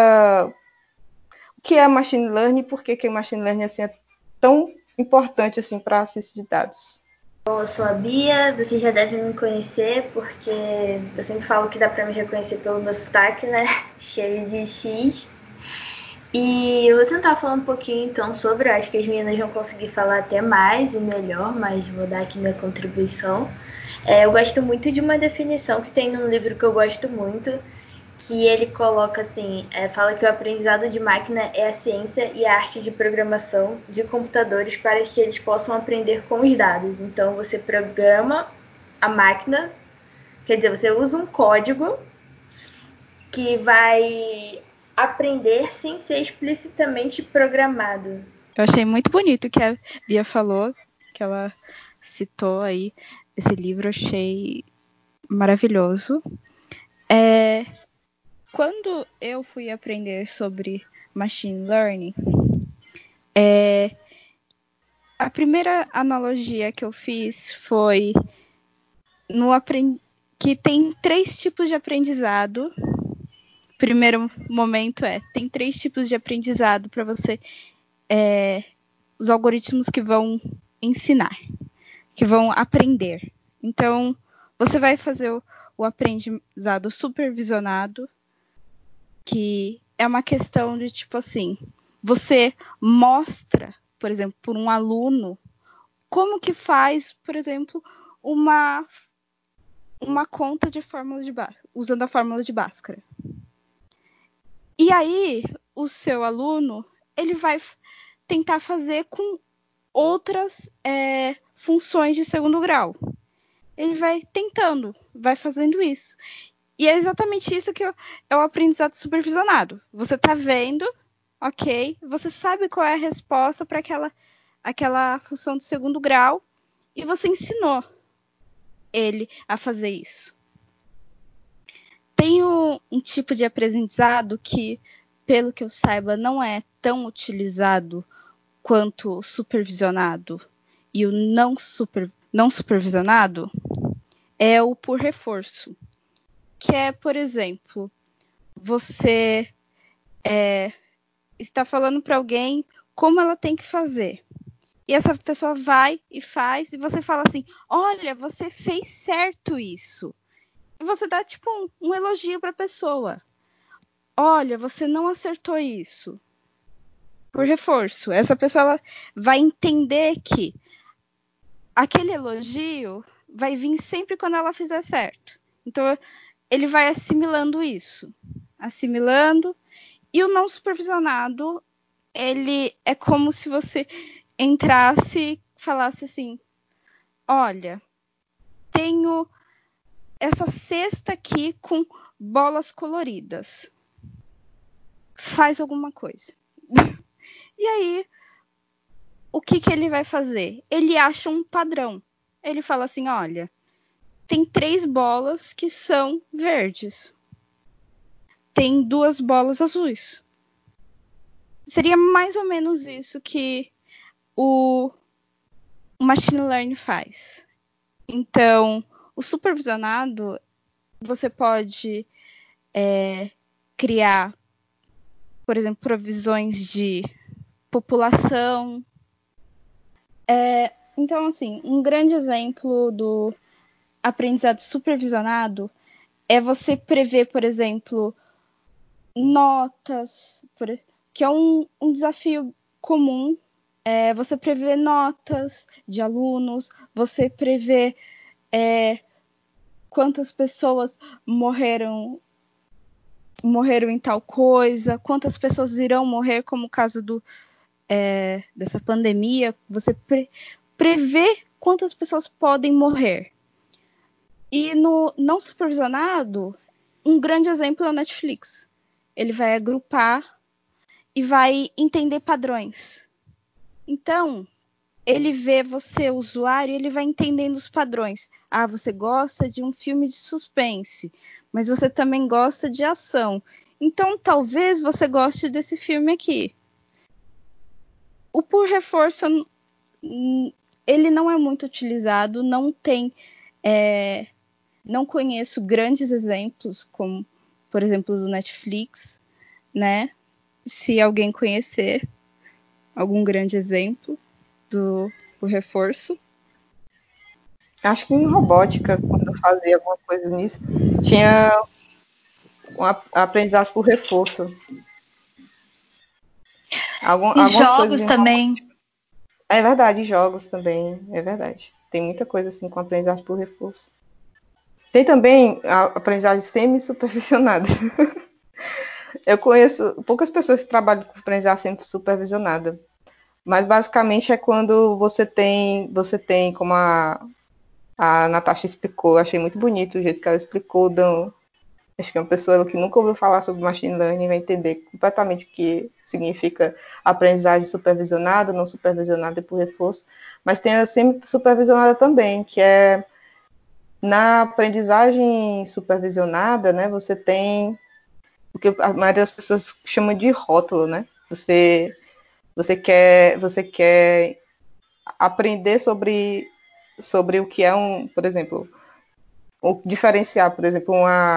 o que é machine learning e por que machine learning assim, é tão importante assim, para a ciência de dados. Bom, eu sou a Bia, vocês já devem me conhecer, porque eu sempre falo que dá para me reconhecer pelo meu sotaque, né? Cheio de X. E eu vou tentar falar um pouquinho então sobre, eu acho que as meninas vão conseguir falar até mais e melhor, mas vou dar aqui minha contribuição. Eu gosto muito de uma definição que tem num livro que eu gosto muito, que ele coloca assim, fala que o aprendizado de máquina é a ciência e a arte de programação de computadores para que eles possam aprender com os dados. Então você programa a máquina, quer dizer, você usa um código que vai aprender sem ser explicitamente programado. Eu achei muito bonito o que a Bia falou, que ela citou aí esse livro, achei maravilhoso. Quando eu fui aprender sobre machine learning, a primeira analogia que eu fiz foi que tem 3 tipos de aprendizado. Primeiro momento tem 3 tipos de aprendizado para você, os algoritmos que vão ensinar, que vão aprender. Então, você vai fazer o aprendizado supervisionado, que é uma questão de tipo assim, você mostra, por exemplo, por um aluno, como que faz, por exemplo, uma conta de fórmula de Bhaskara, usando a fórmula de Bhaskara. E aí, o seu aluno, ele vai tentar fazer com outras funções de segundo grau. Ele vai tentando, vai fazendo isso. E é exatamente isso que é o aprendizado supervisionado. Você está vendo, ok, você sabe qual é a resposta para aquela função de segundo grau e você ensinou ele a fazer isso. Tem um tipo de aprendizado que, pelo que eu saiba, não é tão utilizado quanto o supervisionado e o não supervisionado. não supervisionado é o por reforço, que é, por exemplo, você está falando para alguém como ela tem que fazer. E essa pessoa vai e faz, e você fala assim, olha, você fez certo isso. E você dá tipo um elogio para a pessoa. Olha, você não acertou isso. Por reforço. Essa pessoa ela vai entender que aquele elogio vai vir sempre quando ela fizer certo. Então, ele vai assimilando isso. Assimilando. E o não supervisionado, ele é como se você entrasse e falasse assim, olha, tenho essa cesta aqui com bolas coloridas. Faz alguma coisa. E aí, o que ele vai fazer? Ele acha um padrão. Ele fala assim, olha, tem 3 bolas que são verdes. Tem 2 bolas azuis. Seria mais ou menos isso que o machine learning faz. Então, o supervisionado, você pode criar, por exemplo, provisões de população. Então, assim, um grande exemplo do aprendizado supervisionado é você prever, por exemplo, notas, que é um desafio comum. Você prevê notas de alunos, você prevê quantas pessoas morreram em tal coisa, quantas pessoas irão morrer, como o caso dessa pandemia. Você prevê quantas pessoas podem morrer. E no não supervisionado, um grande exemplo é o Netflix. Ele vai agrupar e vai entender padrões. Então, ele vê você, usuário, ele vai entendendo os padrões. Ah, você gosta de um filme de suspense, mas você também gosta de ação. Então, talvez você goste desse filme aqui. O por reforço, ele não é muito utilizado, não conheço grandes exemplos, como, por exemplo, do Netflix, né? Se alguém conhecer algum grande exemplo do reforço. Acho que em robótica, quando eu fazia alguma coisa nisso, tinha aprendizagem por reforço. E Algumas jogos coisas em também. robótica. É verdade, jogos também, é verdade. Tem muita coisa assim com aprendizagem por reforço. Tem também a aprendizagem semi-supervisionada. Eu conheço poucas pessoas que trabalham com aprendizagem semi-supervisionada. Mas basicamente é quando você tem como a Natasha explicou, eu achei muito bonito o jeito que ela explicou. Acho que uma pessoa que nunca ouviu falar sobre machine learning vai entender completamente o que significa aprendizagem supervisionada, não supervisionada e por reforço. Mas tem a semi-supervisionada também, que é na aprendizagem supervisionada, né? Você tem o que a maioria das pessoas chama de rótulo, né? Você quer aprender sobre o que é por exemplo, diferenciar, por exemplo,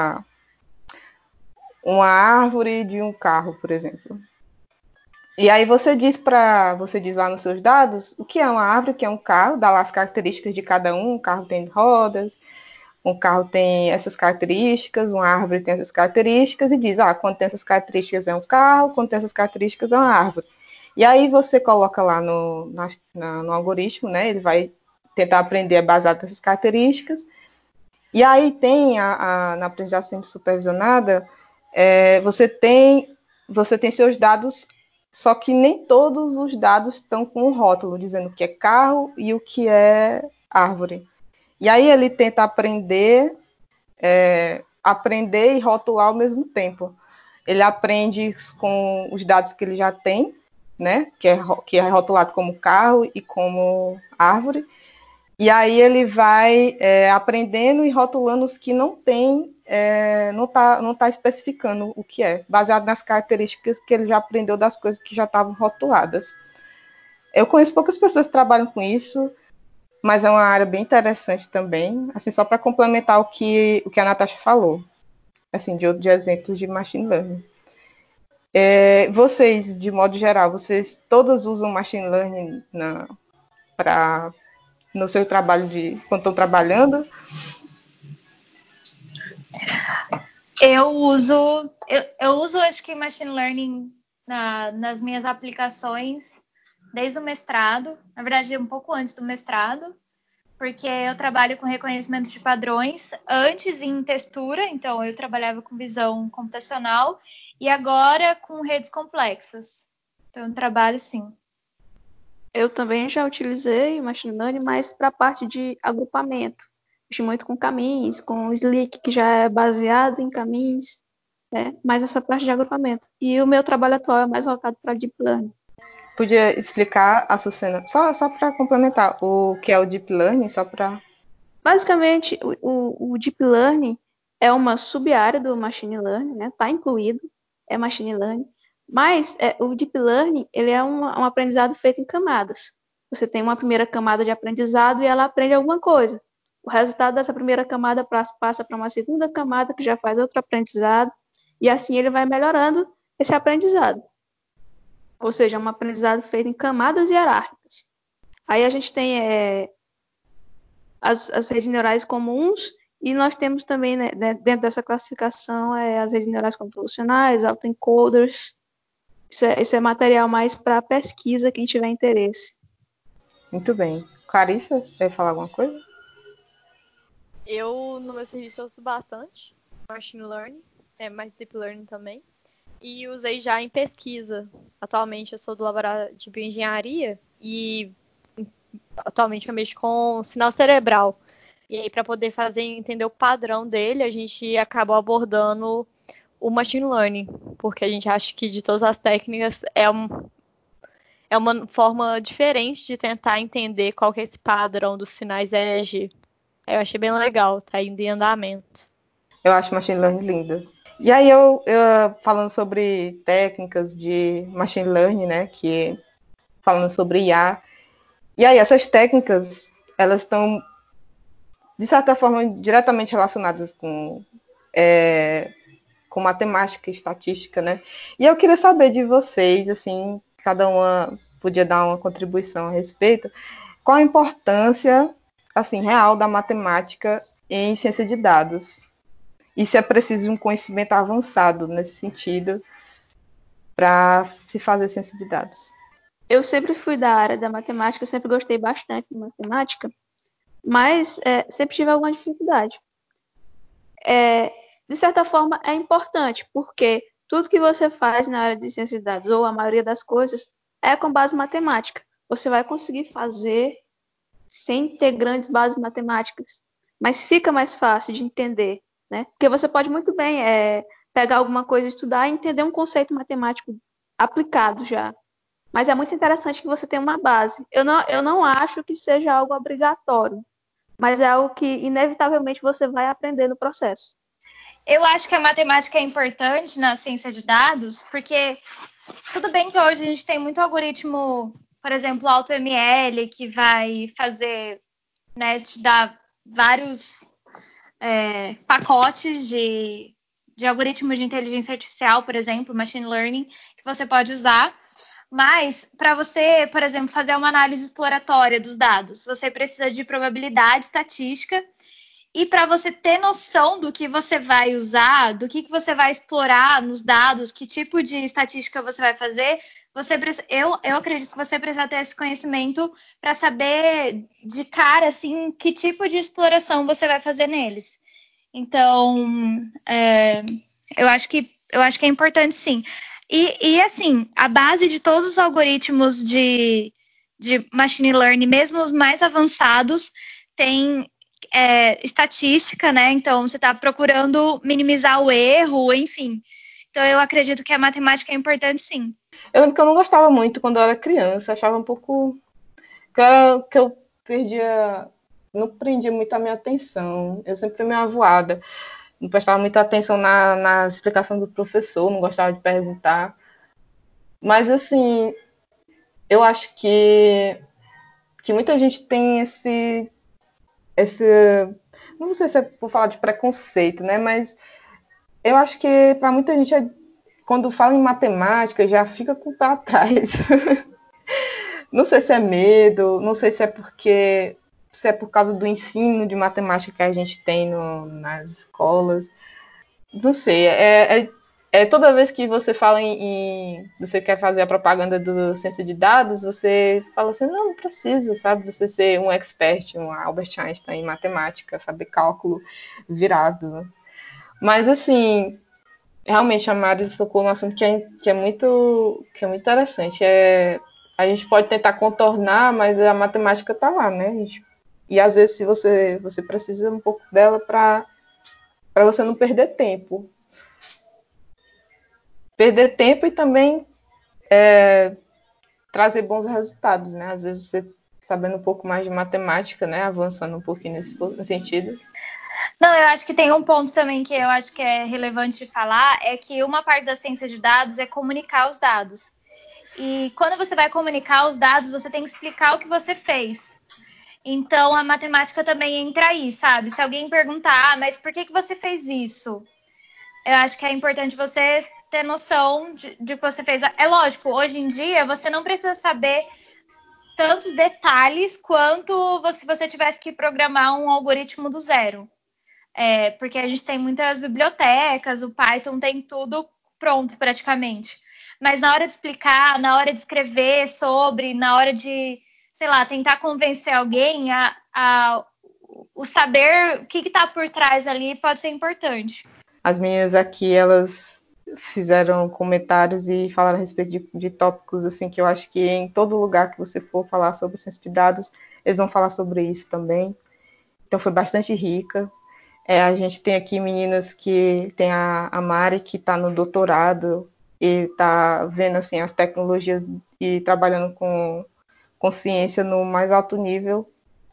uma árvore de um carro, por exemplo. E aí você diz lá nos seus dados o que é uma árvore, o que é um carro, dá lá as características de cada um. Um carro tem rodas, um carro tem essas características, uma árvore tem essas características, e diz, quando tem essas características é um carro, quando tem essas características é uma árvore. E aí você coloca lá no algoritmo, né? Ele vai tentar aprender baseado nessas características. E aí tem na aprendizagem supervisionada, você tem seus dados, só que nem todos os dados estão com um rótulo dizendo o que é carro e o que é árvore. E aí ele tenta aprender e rotular ao mesmo tempo. Ele aprende com os dados que ele já tem, né? Que é rotulado como carro e como árvore. E aí ele vai aprendendo e rotulando os que não tem, não tá especificando o que é, baseado nas características que ele já aprendeu das coisas que já estavam rotuladas. Eu conheço poucas pessoas que trabalham com isso. mas é uma área bem interessante também, assim, só para complementar o que a Natasha falou, assim, de exemplos de machine learning. Vocês, de modo geral, vocês todas usam machine learning no seu trabalho quando estão trabalhando? Eu uso, acho que machine learning nas minhas aplicações desde o mestrado, na verdade um pouco antes do mestrado, porque eu trabalho com reconhecimento de padrões, antes em textura, então eu trabalhava com visão computacional, e agora com redes complexas. Então eu trabalho sim. Eu também já utilizei machine learning, mas para a parte de agrupamento. Mexi muito com caminhos, com o Slick, que já é baseado em caminhos, mais essa parte de agrupamento. E o meu trabalho atual é mais voltado para Deep Learning. Podia explicar, Açucena, só para complementar, o que é o Deep Learning, só para... Basicamente, o Deep Learning é uma sub-área do Machine Learning, né? Está incluído, é Machine Learning. Mas o Deep Learning ele é um aprendizado feito em camadas. Você tem uma primeira camada de aprendizado e ela aprende alguma coisa. O resultado dessa primeira camada passa para uma segunda camada que já faz outro aprendizado. E assim ele vai melhorando esse aprendizado. Ou seja, é um aprendizado feito em camadas hierárquicas. Aí a gente tem as redes neurais comuns e nós temos também, né, dentro dessa classificação, as redes neurais convolucionais, autoencoders. Isso é material mais para pesquisa, quem tiver interesse. Muito bem. Clarissa, quer falar alguma coisa? Eu, no meu serviço, eu uso bastante Machine Learning, mais Deep Learning também, e usei já em pesquisa. Atualmente eu sou do laboratório de bioengenharia e atualmente eu mexo com sinal cerebral. E aí, para poder entender o padrão dele, a gente acabou abordando o Machine Learning, porque a gente acha que de todas as técnicas é uma forma diferente de tentar entender qual que é esse padrão dos sinais EEG. Eu achei bem legal, tá ainda em andamento. Eu acho Machine Learning lindo. E aí, falando sobre técnicas de Machine Learning, né, falando sobre IA, e aí essas técnicas, elas estão, de certa forma, diretamente relacionadas com matemática e estatística, né? E eu queria saber de vocês, assim, cada uma podia dar uma contribuição a respeito, qual a importância, assim, real da matemática em ciência de dados? E se é preciso um conhecimento avançado nesse sentido para se fazer ciência de dados? Eu sempre fui da área da matemática, eu sempre gostei bastante de matemática, mas sempre tive alguma dificuldade. De certa forma, é importante, porque tudo que você faz na área de ciência de dados, ou a maioria das coisas, é com base matemática. Você vai conseguir fazer sem ter grandes bases matemáticas, mas fica mais fácil de entender, né? Porque você pode muito bem pegar alguma coisa, estudar e entender um conceito matemático aplicado já. Mas é muito interessante que você tenha uma base. Eu não acho que seja algo obrigatório, mas é algo que inevitavelmente você vai aprender no processo. Eu acho que a matemática é importante na ciência de dados, porque tudo bem que hoje a gente tem muito algoritmo, por exemplo, AutoML, que vai fazer, né, te dar vários pacotes de algoritmos de inteligência artificial, por exemplo, machine learning, que você pode usar. Mas, para você, por exemplo, fazer uma análise exploratória dos dados, você precisa de probabilidade estatística. E para você ter noção do que você vai usar, do que você vai explorar nos dados, que tipo de estatística você vai fazer, eu acredito que você precisa ter esse conhecimento para saber de cara assim que tipo de exploração você vai fazer neles. Então, eu acho que é importante sim. E assim, a base de todos os algoritmos de machine learning, mesmo os mais avançados, tem estatística, né? Então, você está procurando minimizar o erro, enfim. Então, eu acredito que a matemática é importante, sim. Eu lembro que eu não gostava muito quando eu era criança, achava um pouco que eu perdia, não prendia muito a minha atenção. Eu sempre fui meio avoada, não prestava muita atenção na explicação do professor, não gostava de perguntar. Mas, assim, eu acho que que muita gente tem esse, não sei se é por falar de preconceito, né? Mas eu acho que para muita gente, quando fala em matemática, já fica com o pé atrás. Não sei se é medo, não sei se é por causa do ensino de matemática que a gente tem nas escolas. Não sei, toda vez que você fala você quer fazer a propaganda do ciência de dados, você fala assim, não precisa, sabe? Você ser um expert, um Albert Einstein em matemática, saber cálculo virado. Mas, assim, realmente a Mari tocou num assunto que é muito interessante. A gente pode tentar contornar, mas a matemática está lá, né? E às vezes se você precisa um pouco dela para você não perder tempo. Perder tempo e também trazer bons resultados, né? Às vezes você sabendo um pouco mais de matemática, né? Avançando um pouquinho nesse sentido. Não, eu acho que tem um ponto também que eu acho que é relevante de falar, é que uma parte da ciência de dados é comunicar os dados. E quando você vai comunicar os dados, você tem que explicar o que você fez. Então, a matemática também entra aí, sabe? Se alguém perguntar, mas por que você fez isso? Eu acho que é importante você ter noção de que você fez. É lógico, hoje em dia, você não precisa saber tantos detalhes quanto se você tivesse que programar um algoritmo do zero. Porque a gente tem muitas bibliotecas, o Python tem tudo pronto praticamente. Mas na hora de explicar, na hora de escrever sobre, na hora de, sei lá, tentar convencer alguém, o saber o que está por trás ali pode ser importante. As meninas aqui, elas fizeram comentários e falaram a respeito de tópicos assim que eu acho que em todo lugar que você for falar sobre ciência de dados, eles vão falar sobre isso também. Então foi bastante rica. A gente tem aqui meninas que tem a Mari, que está no doutorado e está vendo assim, as tecnologias e trabalhando com ciência no mais alto nível.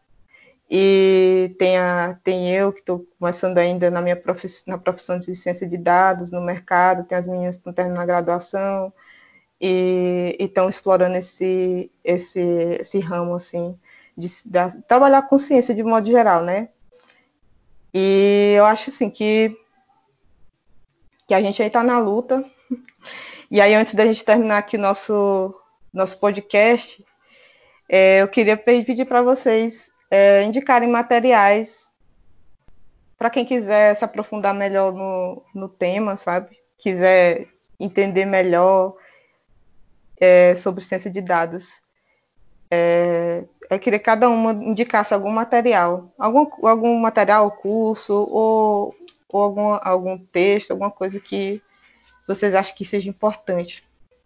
E tem eu, que estou começando ainda na profissão de ciência de dados, no mercado, tem as meninas que estão terminando a graduação e estão explorando esse ramo, assim, de trabalhar com ciência de modo geral, né? E eu acho assim que a gente aí está na luta. E aí, antes da gente terminar aqui o nosso podcast, eu queria pedir para vocês indicarem materiais para quem quiser se aprofundar melhor no tema, sabe? Quiser entender melhor sobre ciência de dados. Eu queria que cada uma indicasse algum material. Algum material, curso, ou algum texto, alguma coisa que vocês acham que seja importante.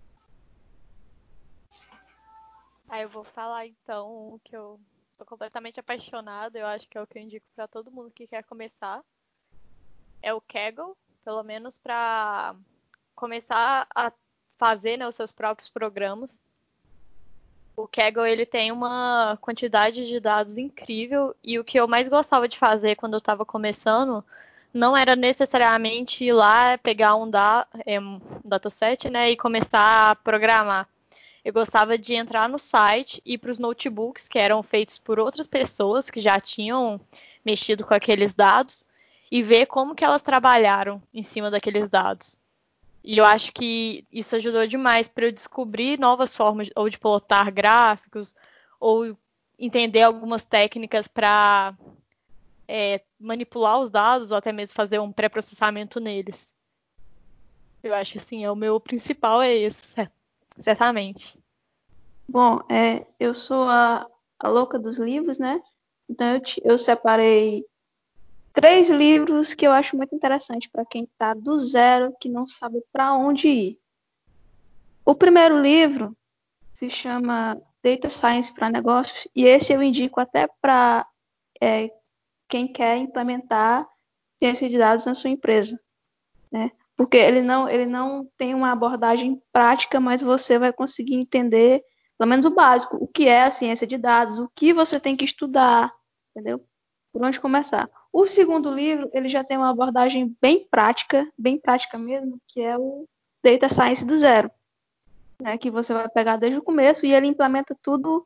Eu vou falar então o que eu sou completamente apaixonada, eu acho que é o que eu indico para todo mundo que quer começar. É o Kaggle, pelo menos para começar a fazer, né, os seus próprios programas. O Kaggle, ele tem uma quantidade de dados incrível e o que eu mais gostava de fazer quando eu estava começando não era necessariamente ir lá pegar um dataset, né, e começar a programar. Eu gostava de entrar no site e ir para os notebooks que eram feitos por outras pessoas que já tinham mexido com aqueles dados e ver como que elas trabalharam em cima daqueles dados. E eu acho que isso ajudou demais para eu descobrir novas formas ou de plotar gráficos ou entender algumas técnicas para manipular os dados ou até mesmo fazer um pré-processamento neles. Eu acho que assim, o meu principal é esse, certamente. Bom, eu sou a louca dos livros, né? Então eu separei 3 livros que eu acho muito interessante para quem está do zero, que não sabe para onde ir. O primeiro livro se chama Data Science para Negócios, e esse eu indico até para quem quer implementar ciência de dados na sua empresa, né? Porque ele não tem uma abordagem prática, mas você vai conseguir entender, pelo menos o básico, o que é a ciência de dados, o que você tem que estudar, entendeu? Por onde começar. O segundo livro, ele já tem uma abordagem bem prática mesmo, que é o Data Science do Zero, né? Que você vai pegar desde o começo e ele implementa tudo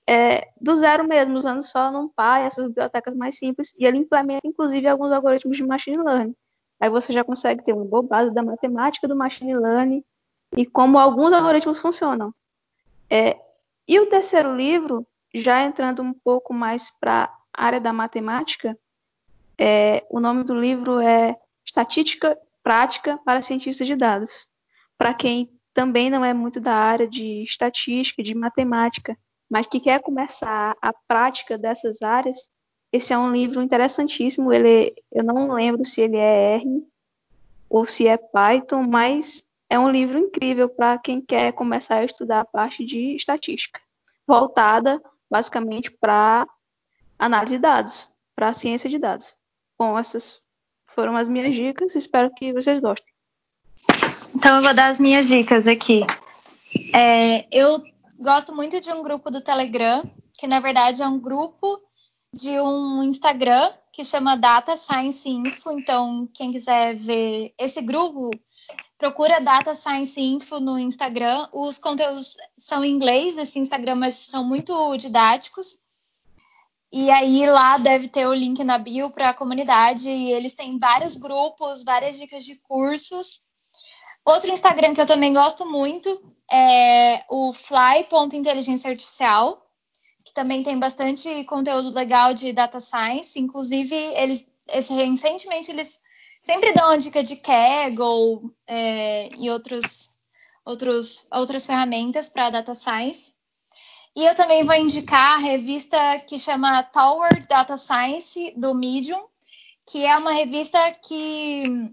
do zero mesmo, usando só NumPy, essas bibliotecas mais simples, e ele implementa, inclusive, alguns algoritmos de machine learning. Aí você já consegue ter uma boa base da matemática do machine learning e como alguns algoritmos funcionam. E o terceiro livro, já entrando um pouco mais para a área da matemática, o nome do livro é Estatística Prática para Cientistas de Dados. Para quem também não é muito da área de estatística, de matemática, mas que quer começar a prática dessas áreas, esse é um livro interessantíssimo. Eu não lembro se ele é R ou se é Python, mas é um livro incrível para quem quer começar a estudar a parte de estatística, voltada basicamente para análise de dados, para a ciência de dados. Bom, essas foram as minhas dicas, espero que vocês gostem. Então eu vou dar as minhas dicas aqui. Eu gosto muito de um grupo do Telegram, que na verdade é um grupo de um Instagram que chama Data Science Info. Então, quem quiser ver esse grupo, procura Data Science Info no Instagram. Os conteúdos são em inglês desse Instagram, mas são muito didáticos. E aí lá deve ter o link na bio para a comunidade. E eles têm vários grupos, várias dicas de cursos. Outro Instagram que eu também gosto muito é o fly.inteligência artificial, que também tem bastante conteúdo legal de data science. Inclusive, recentemente eles sempre dão uma dica de Kaggle e outras ferramentas para data science. E eu também vou indicar a revista que chama Toward Data Science, do Medium, que é uma revista que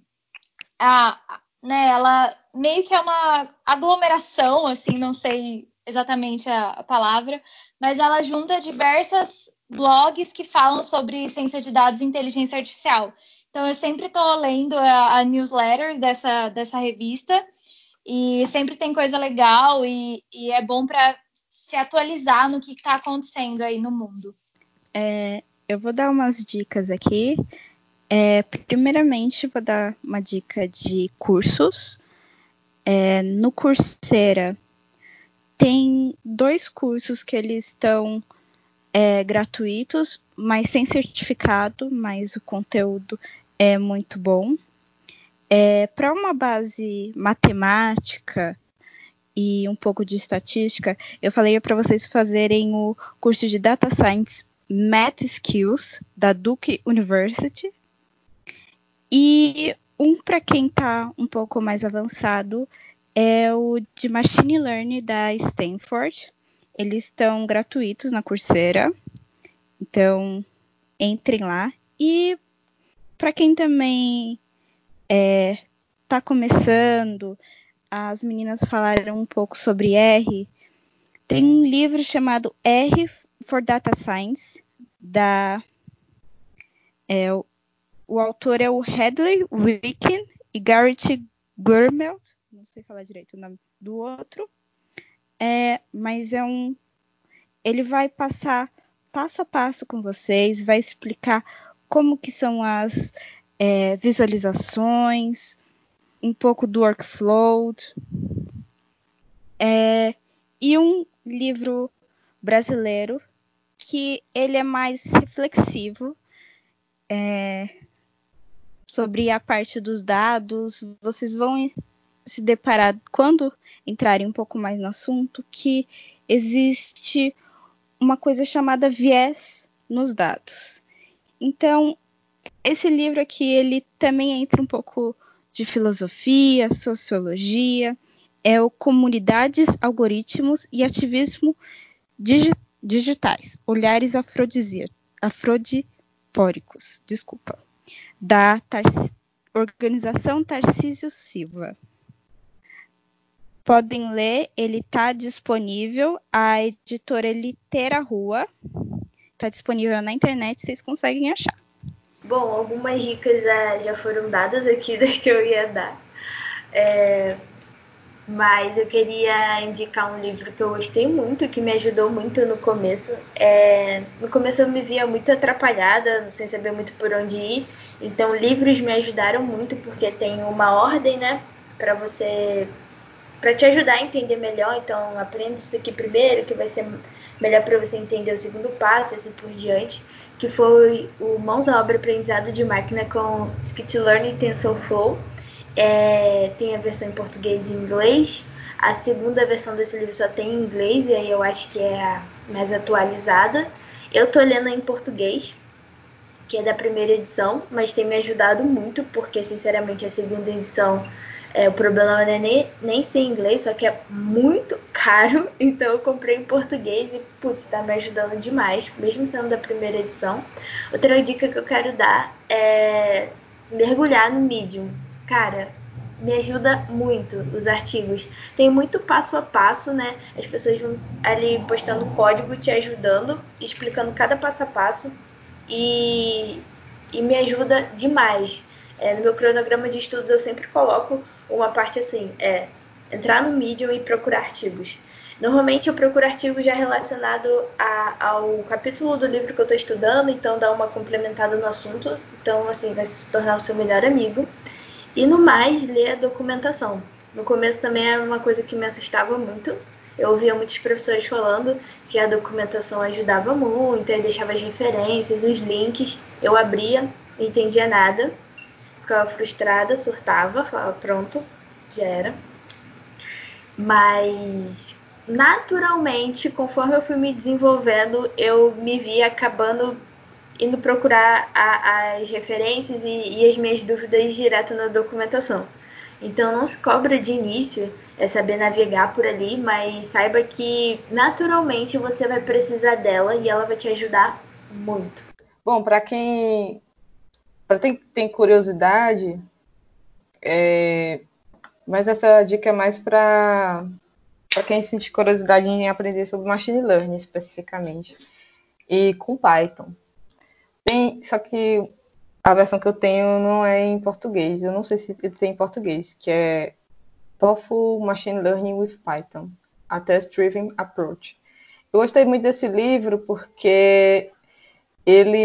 ela meio que é uma aglomeração, assim, não sei exatamente a palavra, mas ela junta diversas blogs que falam sobre ciência de dados e inteligência artificial. Então, eu sempre estou lendo a newsletter dessa revista e sempre tem coisa legal e é bom para se atualizar no que está acontecendo aí no mundo. Eu vou dar umas dicas aqui. Primeiramente, vou dar uma dica de cursos. No Coursera, tem 2 cursos que eles estão gratuitos, mas sem certificado, mas o conteúdo é muito bom. Para uma base matemática e um pouco de estatística, eu falei para vocês fazerem o curso de Data Science Math Skills, da Duke University. E para quem está um pouco mais avançado é o de Machine Learning da Stanford. Eles estão gratuitos na Coursera, então entrem lá. E para quem também está começando, as meninas falaram um pouco sobre R. Tem um livro chamado R for Data Science, o autor é o Hadley Wicking e Garrett Gurmelt, não sei falar direito o nome do outro, mas ele vai passar passo a passo com vocês, vai explicar como que são as visualizações, um pouco do workflow, e um livro brasileiro que ele é mais reflexivo, sobre a parte dos dados. Vocês vão se deparar, quando entrarem um pouco mais no assunto, que existe uma coisa chamada viés nos dados. Então, esse livro aqui, ele também entra um pouco de filosofia, sociologia, é o Comunidades, Algoritmos e Ativismo Digitais, Olhares Afrodipóricos, da Organização Tarcísio Silva. Podem ler, ele está disponível, a editora é Litera Rua, está disponível na internet, vocês conseguem achar. Bom, algumas dicas já foram dadas aqui das que eu ia dar, mas eu queria indicar um livro que eu gostei muito, que me ajudou muito no começo. No começo eu me via muito atrapalhada, sem saber muito por onde ir, então livros me ajudaram muito, porque tem uma ordem, né, para te ajudar a entender melhor. Então aprende isso aqui primeiro, que vai ser melhor para você entender o segundo passo e assim por diante, que foi o Mãos à Obra Aprendizado de Máquina com Speech Learning TensorFlow. Tem a versão em português e inglês. A segunda versão desse livro só tem em inglês, e aí eu acho que é a mais atualizada. Eu tô lendo em português, que é da primeira edição, mas tem me ajudado muito, porque, sinceramente, a segunda edição, o problema não é nem ser inglês, só que é muito caro, então eu comprei em português e, putz, tá me ajudando demais, mesmo sendo da primeira edição. Outra dica que eu quero dar é mergulhar no Medium. Cara, me ajuda muito os artigos. Tem muito passo a passo, né? As pessoas vão ali postando código, te ajudando, explicando cada passo a passo e me ajuda demais. No meu cronograma de estudos eu sempre coloco uma parte assim, entrar no Medium e procurar artigos. Normalmente eu procuro artigos já relacionados ao capítulo do livro que eu estou estudando, então dá uma complementada no assunto, então assim, vai se tornar o seu melhor amigo. E no mais, ler a documentação. No começo também era uma coisa que me assustava muito. Eu ouvia muitos professores falando que a documentação ajudava muito, aí deixava as referências, os links. Eu abria, não entendia nada, ficava frustrada, surtava, falava pronto, já era. Mas naturalmente, conforme eu fui me desenvolvendo, eu me vi acabando indo procurar as referências e as minhas dúvidas direto na documentação. Então não se cobra de início saber navegar por ali, mas saiba que naturalmente você vai precisar dela e ela vai te ajudar muito. Bom, para quem tem curiosidade, mas essa dica é mais para quem sente curiosidade em aprender sobre Machine Learning especificamente, e com Python. Só que a versão que eu tenho não é em português, eu não sei se ele tem em português, que é TOEFL Machine Learning with Python, a Test-Driven Approach. Eu gostei muito desse livro porque ele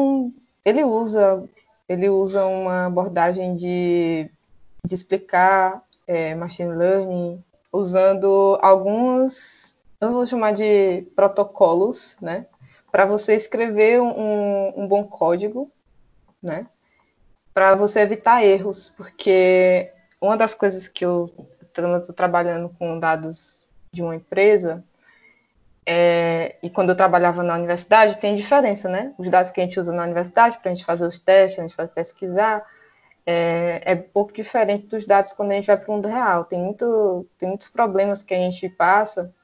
usa uma abordagem de explicar Machine Learning usando alguns, eu vou chamar de protocolos, né, para você escrever um bom código, né, para você evitar erros, porque uma das coisas que eu estou trabalhando com dados de uma empresa, e quando eu trabalhava na universidade, tem diferença, né? Os dados que a gente usa na universidade para a gente fazer os testes, a gente vai pesquisar, é um pouco diferente dos dados quando a gente vai para o mundo real. Tem muitos problemas que a gente passa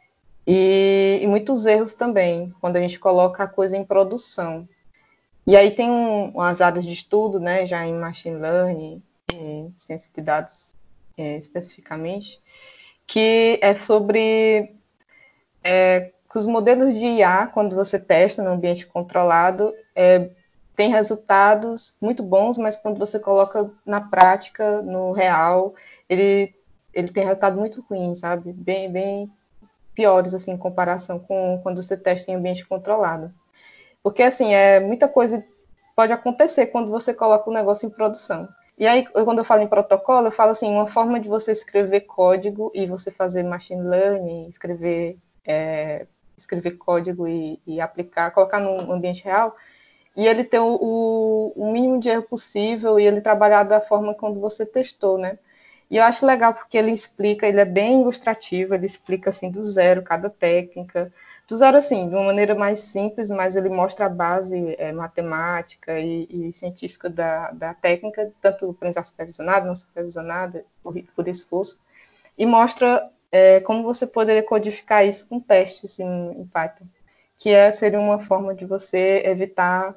e muitos erros também, quando a gente coloca a coisa em produção. E aí tem umas áreas de estudo, né, já em Machine Learning, ciência de dados especificamente, que é sobre que os modelos de IA, quando você testa no ambiente controlado, tem resultados muito bons, mas quando você coloca na prática, no real, ele tem resultados muito ruins, sabe? Bem piores, assim, em comparação com quando você testa em ambiente controlado. Porque, assim, muita coisa pode acontecer quando você coloca o negócio em produção. E aí, quando eu falo em protocolo, eu falo assim, uma forma de você escrever código e você fazer machine learning, escrever código e aplicar, colocar no ambiente real, e ele ter o mínimo de erro possível e ele trabalhar da forma quando você testou, né? E eu acho legal porque ele explica, ele é bem ilustrativo, ele explica assim do zero cada técnica, do zero assim, de uma maneira mais simples, mas ele mostra a base matemática e científica da técnica, tanto aprendizagem supervisionada, não supervisionada, por esforço, e mostra como você poderia codificar isso com testes em Python, que seria uma forma de você evitar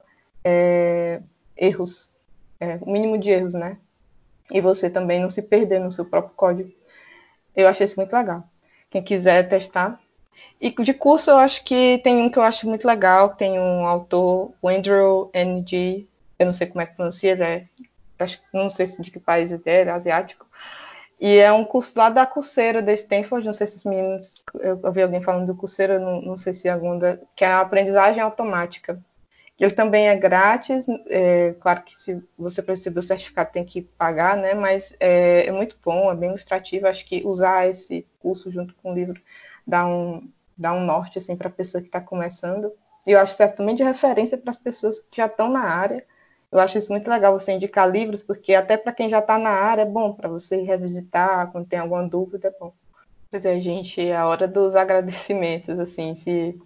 erros, o mínimo de erros, né? E você também não se perder no seu próprio código. Eu achei isso muito legal. Quem quiser testar. E de curso eu acho que tem um que eu acho muito legal, tem um autor, o Andrew Ng, eu não sei como é que pronuncia, não sei de que país ele é asiático. E é um curso lá da Coursera, da Stanford, não sei se os meninos, eu ouvi alguém falando do Coursera, não sei se é alguma, que é a aprendizagem automática. Ele também é grátis, claro que se você precisa do certificado tem que pagar, né? Mas é muito bom, é bem ilustrativo. Acho que usar esse curso junto com o livro dá dar um norte assim, para a pessoa que está começando. E eu acho que serve também de referência para as pessoas que já estão na área. Eu acho isso muito legal, você indicar livros, porque até para quem já está na área é bom, para você revisitar, quando tem alguma dúvida, é bom. Pois é, gente, é a hora dos agradecimentos, assim, se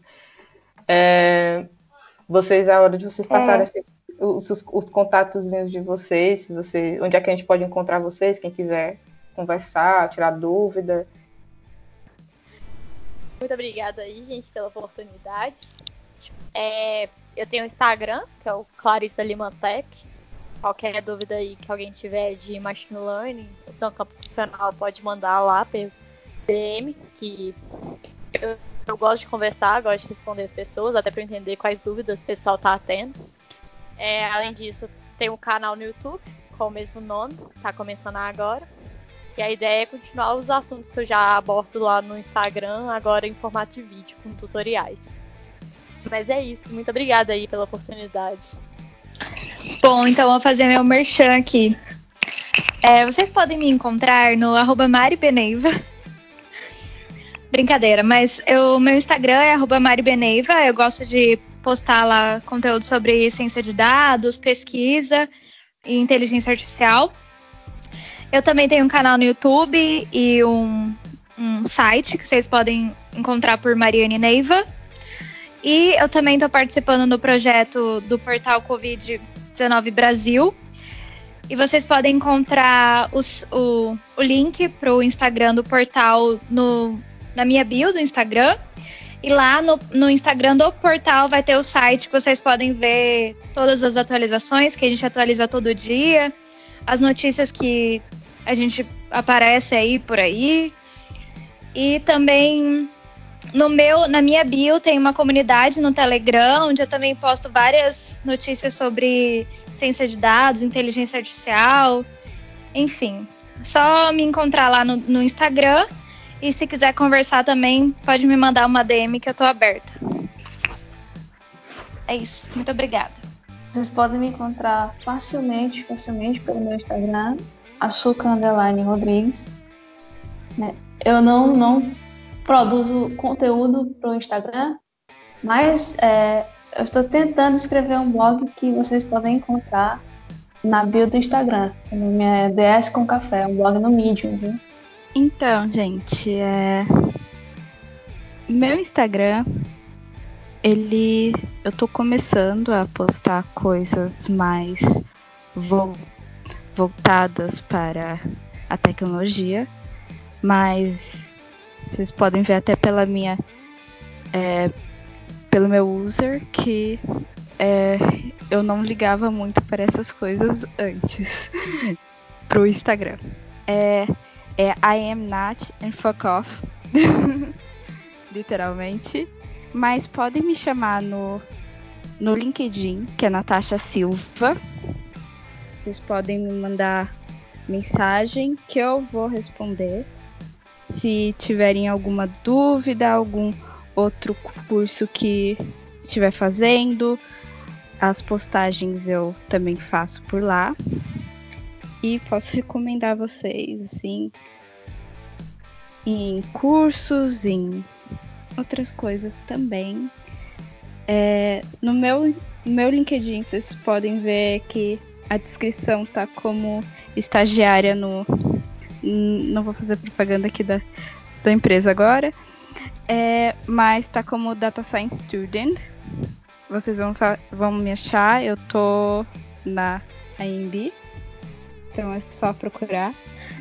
vocês, a hora de vocês passarem assim, os contatozinhos de vocês, se você, onde é que a gente pode encontrar vocês, quem quiser conversar, tirar dúvida. Muito obrigada aí, gente, pela oportunidade. Eu tenho o Instagram, que é o Clarissa Limantec. Qualquer dúvida aí que alguém tiver de machine learning, ou campo profissional, pode mandar lá pelo DM, que eu gosto de conversar, gosto de responder as pessoas, até para entender quais dúvidas o pessoal está tendo. Além disso, tem um canal no YouTube com o mesmo nome, está começando agora. E a ideia é continuar os assuntos que eu já abordo lá no Instagram, agora em formato de vídeo, com tutoriais. Mas é isso, muito obrigada aí pela oportunidade. Bom, então eu vou fazer meu merchan aqui. Vocês podem me encontrar no @maribeneiva. Brincadeira, mas meu Instagram é @maribeneiva. Eu gosto de postar lá conteúdo sobre ciência de dados, pesquisa e inteligência artificial. Eu também tenho um canal no YouTube e um site que vocês podem encontrar por Mariane Neiva. E eu também estou participando do projeto do portal Covid-19 Brasil. E vocês podem encontrar o link para o Instagram do portal na minha bio do Instagram. E lá no Instagram do portal vai ter o site que vocês podem ver todas as atualizações, que a gente atualiza todo dia, as notícias que a gente aparece aí por aí. E também na minha bio tem uma comunidade no Telegram, onde eu também posto várias notícias sobre ciência de dados, inteligência artificial, enfim. Só me encontrar lá no Instagram. E se quiser conversar também, pode me mandar uma DM que eu tô aberta. É isso. Muito obrigada. Vocês podem me encontrar facilmente pelo meu Instagram, açucar_rodrigues. Eu não produzo conteúdo para o Instagram, mas eu estou tentando escrever um blog que vocês podem encontrar na bio do Instagram. O nome é DS com Café, um blog no Medium, viu? Então, gente, meu Instagram, eu tô começando a postar coisas mais voltadas para a tecnologia, mas vocês podem ver até pelo meu user que eu não ligava muito para essas coisas antes pro Instagram. I am not and fuck off. Literalmente. Mas podem me chamar no LinkedIn, que é Natasha Silva. Vocês podem me mandar mensagem que eu vou responder. Se tiverem alguma dúvida, algum outro curso que estiver fazendo, as postagens eu também faço por lá. E posso recomendar vocês, assim, em cursos, em outras coisas também. No meu LinkedIn, vocês podem ver que a descrição tá como estagiária no... Não vou fazer propaganda aqui da empresa agora. Mas tá como Data Science Student. Vocês vão me achar. Eu tô na AMB. Então é só procurar.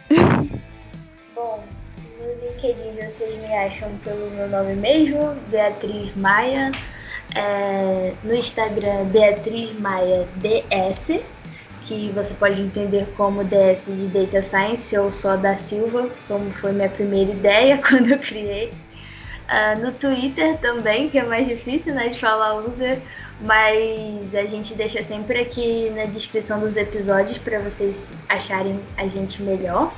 Bom, no LinkedIn vocês me acham pelo meu nome mesmo, Beatriz Maia. No Instagram, Beatriz Maia DS, que você pode entender como DS de Data Science ou só da Silva, como foi minha primeira ideia quando eu criei. No Twitter também, que é mais difícil, né, de falar user, mas a gente deixa sempre aqui na descrição dos episódios para vocês acharem a gente melhor.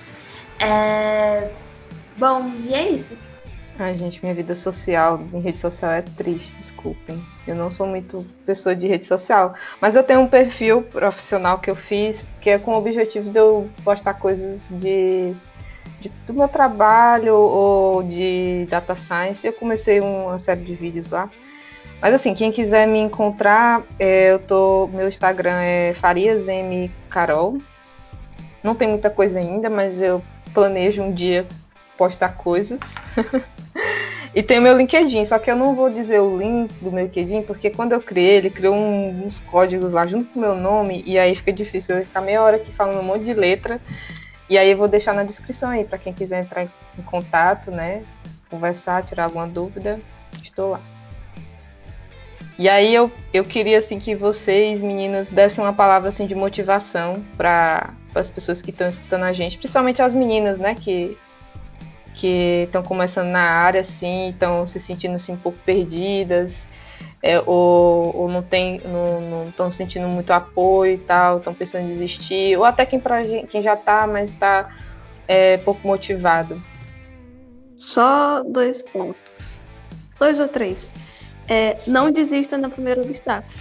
Bom, e é isso. Ai, gente, minha vida social, em rede social é triste, desculpem. Eu não sou muito pessoa de rede social, mas eu tenho um perfil profissional que eu fiz, que é com o objetivo de eu postar coisas de do meu trabalho ou de data science. Eu comecei uma série de vídeos lá. Mas assim, quem quiser me encontrar, meu Instagram é fariasmcarol. Não tem muita coisa ainda, mas eu planejo um dia postar coisas. E tem o meu LinkedIn, só que eu não vou dizer o link do meu LinkedIn, porque quando eu criei, ele criou uns códigos lá junto com o meu nome, e aí fica difícil. Eu vou ficar meia hora aqui falando um monte de letra. E aí eu vou deixar na descrição aí, para quem quiser entrar em contato, né? Conversar, tirar alguma dúvida, estou lá. E aí eu queria assim que vocês, meninas, dessem uma palavra assim de motivação para as pessoas que estão escutando a gente, principalmente as meninas, né, que estão começando na área assim, estão se sentindo assim um pouco perdidas, ou não estão sentindo muito apoio e tal, estão pensando em desistir, ou até quem já está, mas está pouco motivado. Só 2 pontos. 2 ou 3. Não desista no primeiro obstáculo.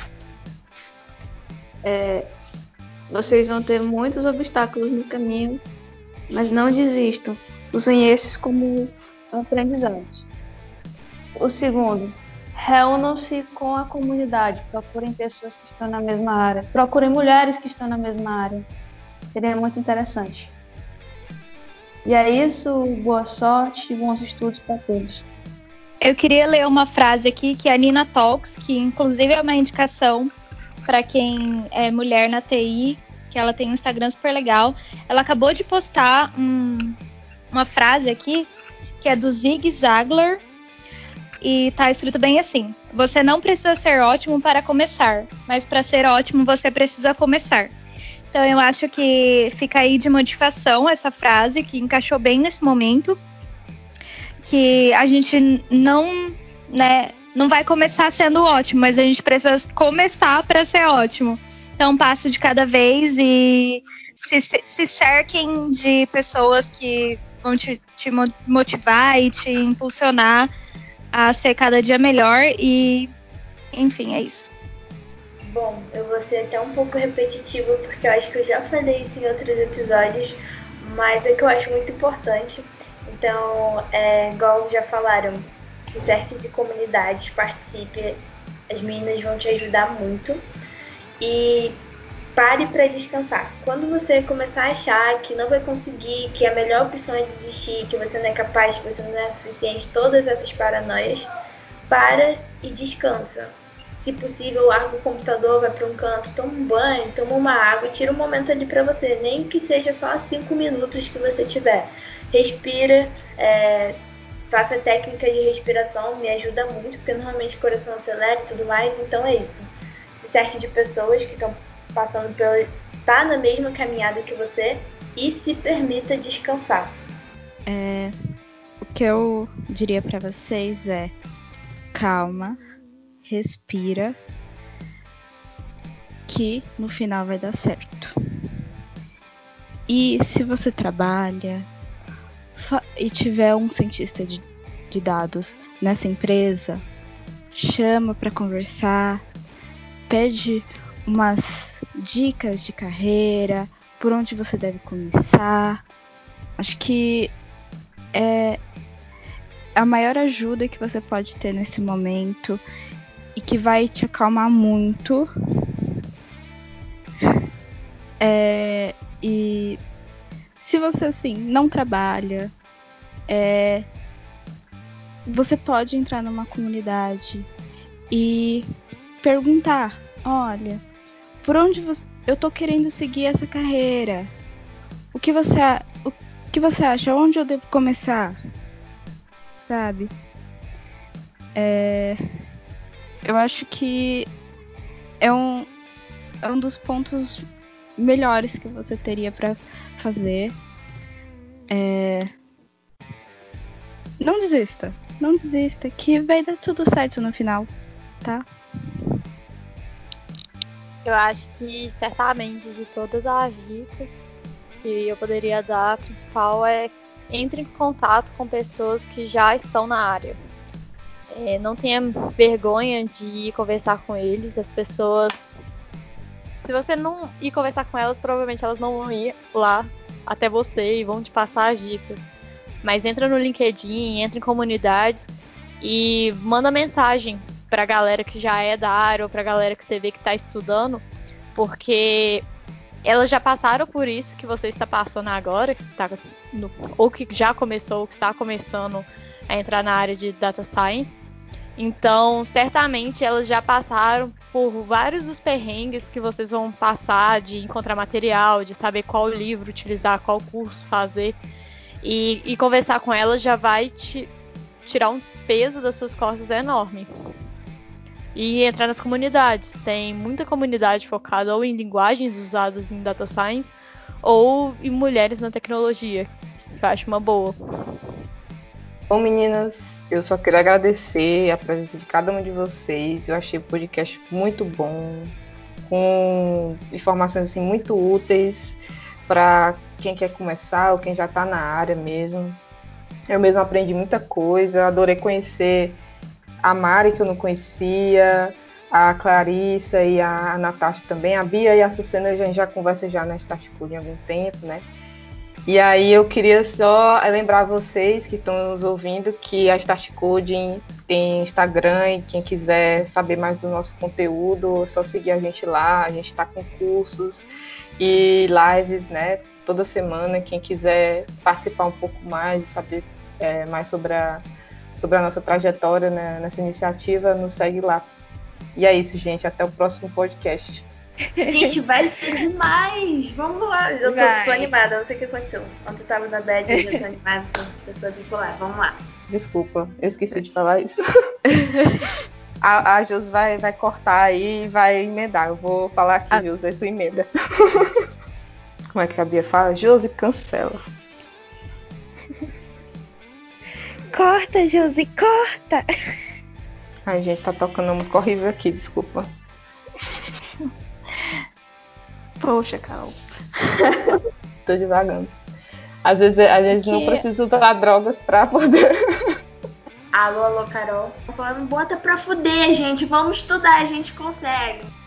Vocês vão ter muitos obstáculos no caminho, mas não desistam. Usem esses como aprendizados. O segundo, reúnam-se com a comunidade. Procurem pessoas que estão na mesma área. Procurem mulheres que estão na mesma área. Seria muito interessante. E é isso. Boa sorte e bons estudos para todos. Eu queria ler uma frase aqui que é a Nina Talks, que inclusive é uma indicação para quem é mulher na TI, que ela tem um Instagram super legal. Ela acabou de postar uma frase aqui, que é do Zig Ziglar, e tá escrito bem assim: você não precisa ser ótimo para começar, mas para ser ótimo você precisa começar. Então eu acho que fica aí de motivação essa frase, que encaixou bem nesse momento, que a gente não vai começar sendo ótimo, mas a gente precisa começar para ser ótimo. Então, um passo de cada vez e se cerquem de pessoas que vão te motivar e te impulsionar a ser cada dia melhor. E, enfim, é isso. Bom, eu vou ser até um pouco repetitiva, porque eu acho que eu já falei isso em outros episódios, mas é que eu acho muito importante. Então, igual já falaram, se cerque de comunidades, participe, as meninas vão te ajudar muito. E pare para descansar. Quando você começar a achar que não vai conseguir, que a melhor opção é desistir, que você não é capaz, que você não é suficiente, todas essas paranoias, para e descansa. Se possível, larga o computador, vai para um canto, toma um banho, toma uma água e tira um momento ali para você, nem que seja só 5 minutos que você tiver. Respira, faça técnicas de respiração, me ajuda muito, porque normalmente o coração acelera e tudo mais, então é isso. Se cerque de pessoas que estão passando tá na mesma caminhada que você e se permita descansar. O que eu diria para vocês é: calma, respira, que no final vai dar certo. E se você trabalha e tiver um cientista de dados nessa empresa, chama para conversar, pede umas dicas de carreira, por onde você deve começar. Acho que é a maior ajuda que você pode ter nesse momento e que vai te acalmar muito. E se você assim não trabalha, você pode entrar numa comunidade e perguntar: olha, por onde eu tô querendo seguir essa carreira? O que você acha? Onde eu devo começar? Sabe? Eu acho que é um dos pontos melhores que você teria para fazer. Não desista, que vai dar tudo certo no final, tá? Eu acho que certamente de todas as dicas que eu poderia dar, a principal é entre em contato com pessoas que já estão na área. Não tenha vergonha de ir conversar com eles. As pessoas, se você não ir conversar com elas, provavelmente elas não vão ir lá até você e vão te passar as dicas. Mas entra no LinkedIn, entra em comunidades e manda mensagem pra galera que já é da área ou pra galera que você vê que tá estudando, porque elas já passaram por isso que você está passando agora, ou que já começou, ou que está começando a entrar na área de Data Science. Então, certamente elas já passaram por vários dos perrengues que vocês vão passar, de encontrar material, de saber qual livro utilizar, qual curso fazer. E conversar com elas já vai te tirar um peso das suas costas enorme. E entrar nas comunidades. Tem muita comunidade focada ou em linguagens usadas em Data Science ou em mulheres na tecnologia, que eu acho uma boa. Bom, meninas, eu só queria agradecer a presença de cada um de vocês. Eu achei o podcast muito bom, com informações assim, muito úteis para quem quer começar ou quem já está na área mesmo. Eu mesmo aprendi muita coisa, adorei conhecer a Mari, que eu não conhecia, a Clarissa e a Natasha também. A Bia e a Sucena a gente já conversa já na Start Code há algum tempo, né? E aí eu queria só lembrar vocês que estão nos ouvindo que a Start Coding tem Instagram e quem quiser saber mais do nosso conteúdo, é só seguir a gente lá. A gente está com cursos e lives, né? Toda semana. Quem quiser participar um pouco mais e saber mais sobre a nossa trajetória, né, nessa iniciativa, nos segue lá. E é isso, gente. Até o próximo podcast. Gente, vai ser demais! Vamos lá! Eu tô animada, não sei o que aconteceu. Ontem eu tava na bad, hoje eu tô animada, eu sou bipolar. Vamos lá. Desculpa, eu esqueci de falar isso. A Jus vai cortar aí e vai emendar. Eu vou falar aqui, Jus, aí tu emenda. Como é que a Bia fala? Josi, cancela. Corta, Josi, corta! Ai, gente, tá tocando uma música horrível aqui, desculpa. Poxa, Carol. Tô devagando. Às vezes não preciso usar drogas pra poder... Alô, Carol. Tô falando, bota pra fuder, gente. Vamos estudar, a gente consegue.